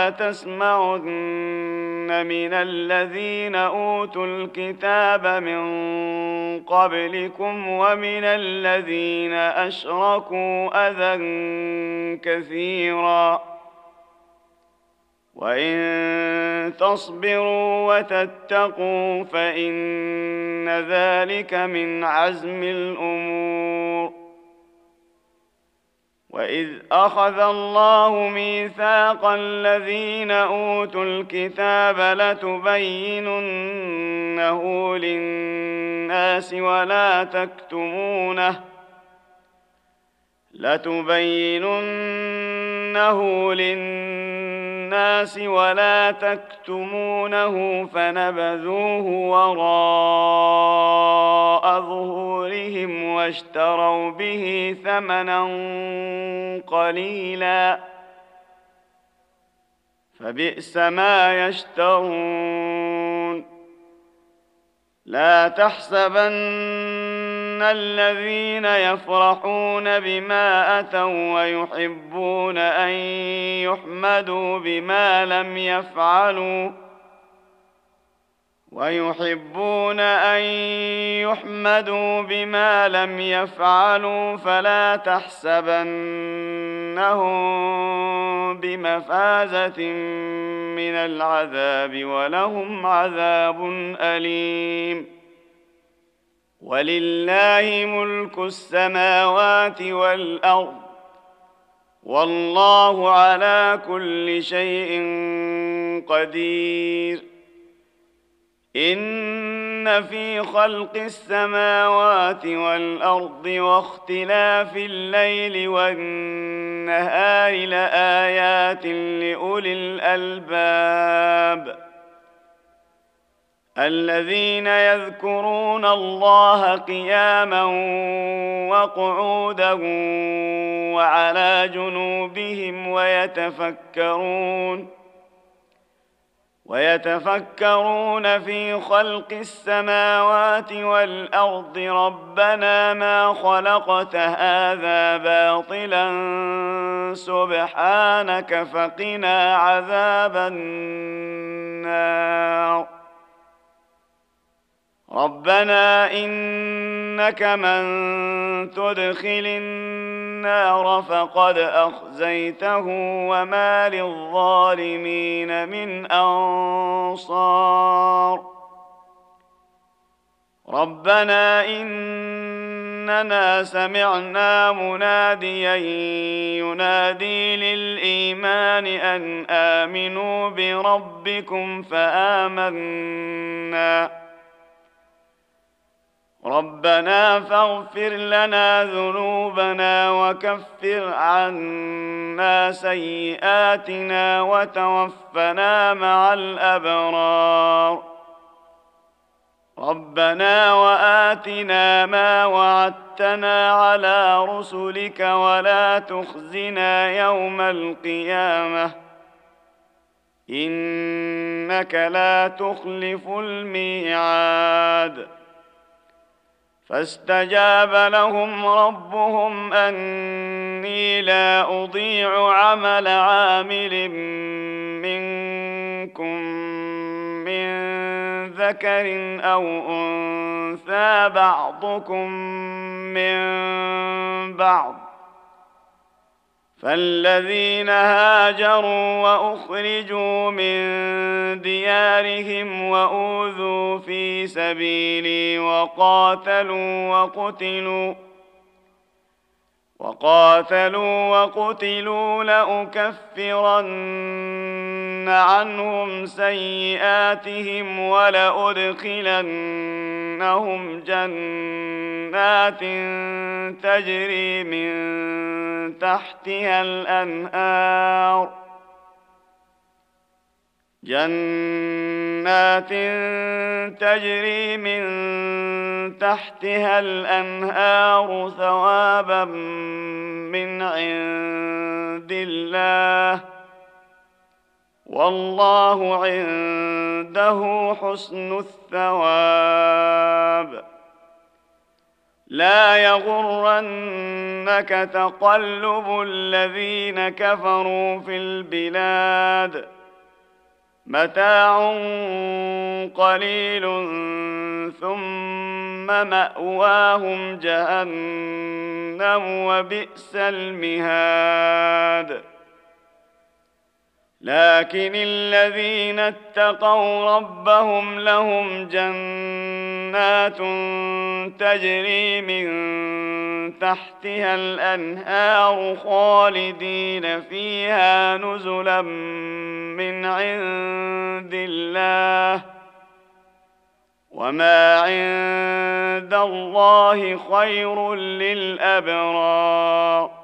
ولتسمعن من الذين أوتوا الكتاب من قبلكم ومن الذين أشركوا أذى كثيرا، وإن تصبروا وتتقوا فإن ذلك من عزم الأمور. وإذ أخذ الله ميثاق الذين أوتوا الكتاب لتبيننه للناس ولا تكتمونه لتبيننه للناس ولا تكتمونه فنبذوه وراء ظهورهم واشتروا به ثمنا قليلا فبئس ما يشترون. لا تحسبن الذين يفرحون بما أتوا ويحبون أن يحمدوا بما لم يفعلوا ويحبون أن يحمدوا بما لم يفعلوا فلا تحسبنهم بمفازة من العذاب ولهم عذاب أليم. ولله ملك السماوات والأرض والله على كل شيء قدير. إن في خلق السماوات والأرض واختلاف الليل والنهار لآيات لأولي الألباب الذين يذكرون الله قياما وقعودا وعلى جنوبهم ويتفكرون ويتفكرون في خلق السماوات والأرض ربنا ما خلقت هذا باطلا سبحانك فقنا عذاب النار. ربنا إنك من تدخل النار فقد أخزيته وما للظالمين من أنصار. ربنا إننا سمعنا مناديا ينادي للإيمان أن آمنوا بربكم فآمنا. ربنا فاغفر لنا ذنوبنا وكفر عنا سيئاتنا وتوفنا مع الأبرار. ربنا وآتنا ما وعدتنا على رسلك ولا تخزنا يوم القيامة إنك لا تخلف الميعاد. فاستجاب لهم ربهم أني لا أضيع عمل عامل منكم من ذكر أو أنثى بعضكم من بعض. فالذين هاجروا وأخرجوا من ديارهم وأوذوا في سبيلي وقاتلوا وقتلوا وقاتلوا وقتلوا لأكفرن عنهم سيئاتهم ولأدخلنهم جنات تجري من تحتها الأنهار جنات تجري من تحتها الأنهار ثوابا من عند الله والله عنده حسن الثواب. لا يغرنك تقلب الذين كفروا في البلاد متاع قليل ثم مأواهم جهنم وبئس المهاد. لكن الذين اتقوا ربهم لهم جنات تجري من تحتها الأنهار خالدين فيها نزلا من عند الله وما عند الله خير للأبرار.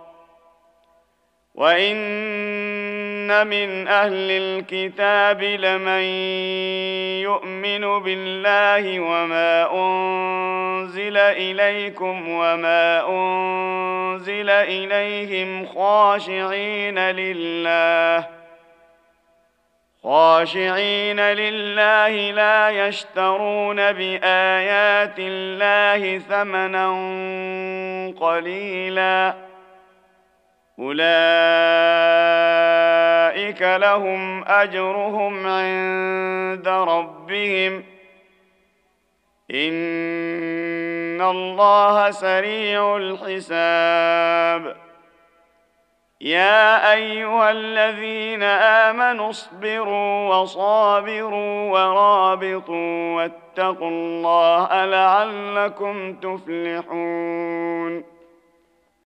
وإن من أهل الكتاب لمن يؤمن بالله وما أنزل إليكم وما أنزل إليهم خاشعين لله خاشعين لله لا يشترون بآيات الله ثمنا قليلا أولئك لهم أجرهم عند ربهم إن الله سريع الحساب. يا أيها الذين آمنوا اصبروا وصابروا ورابطوا واتقوا الله لعلكم تفلحون.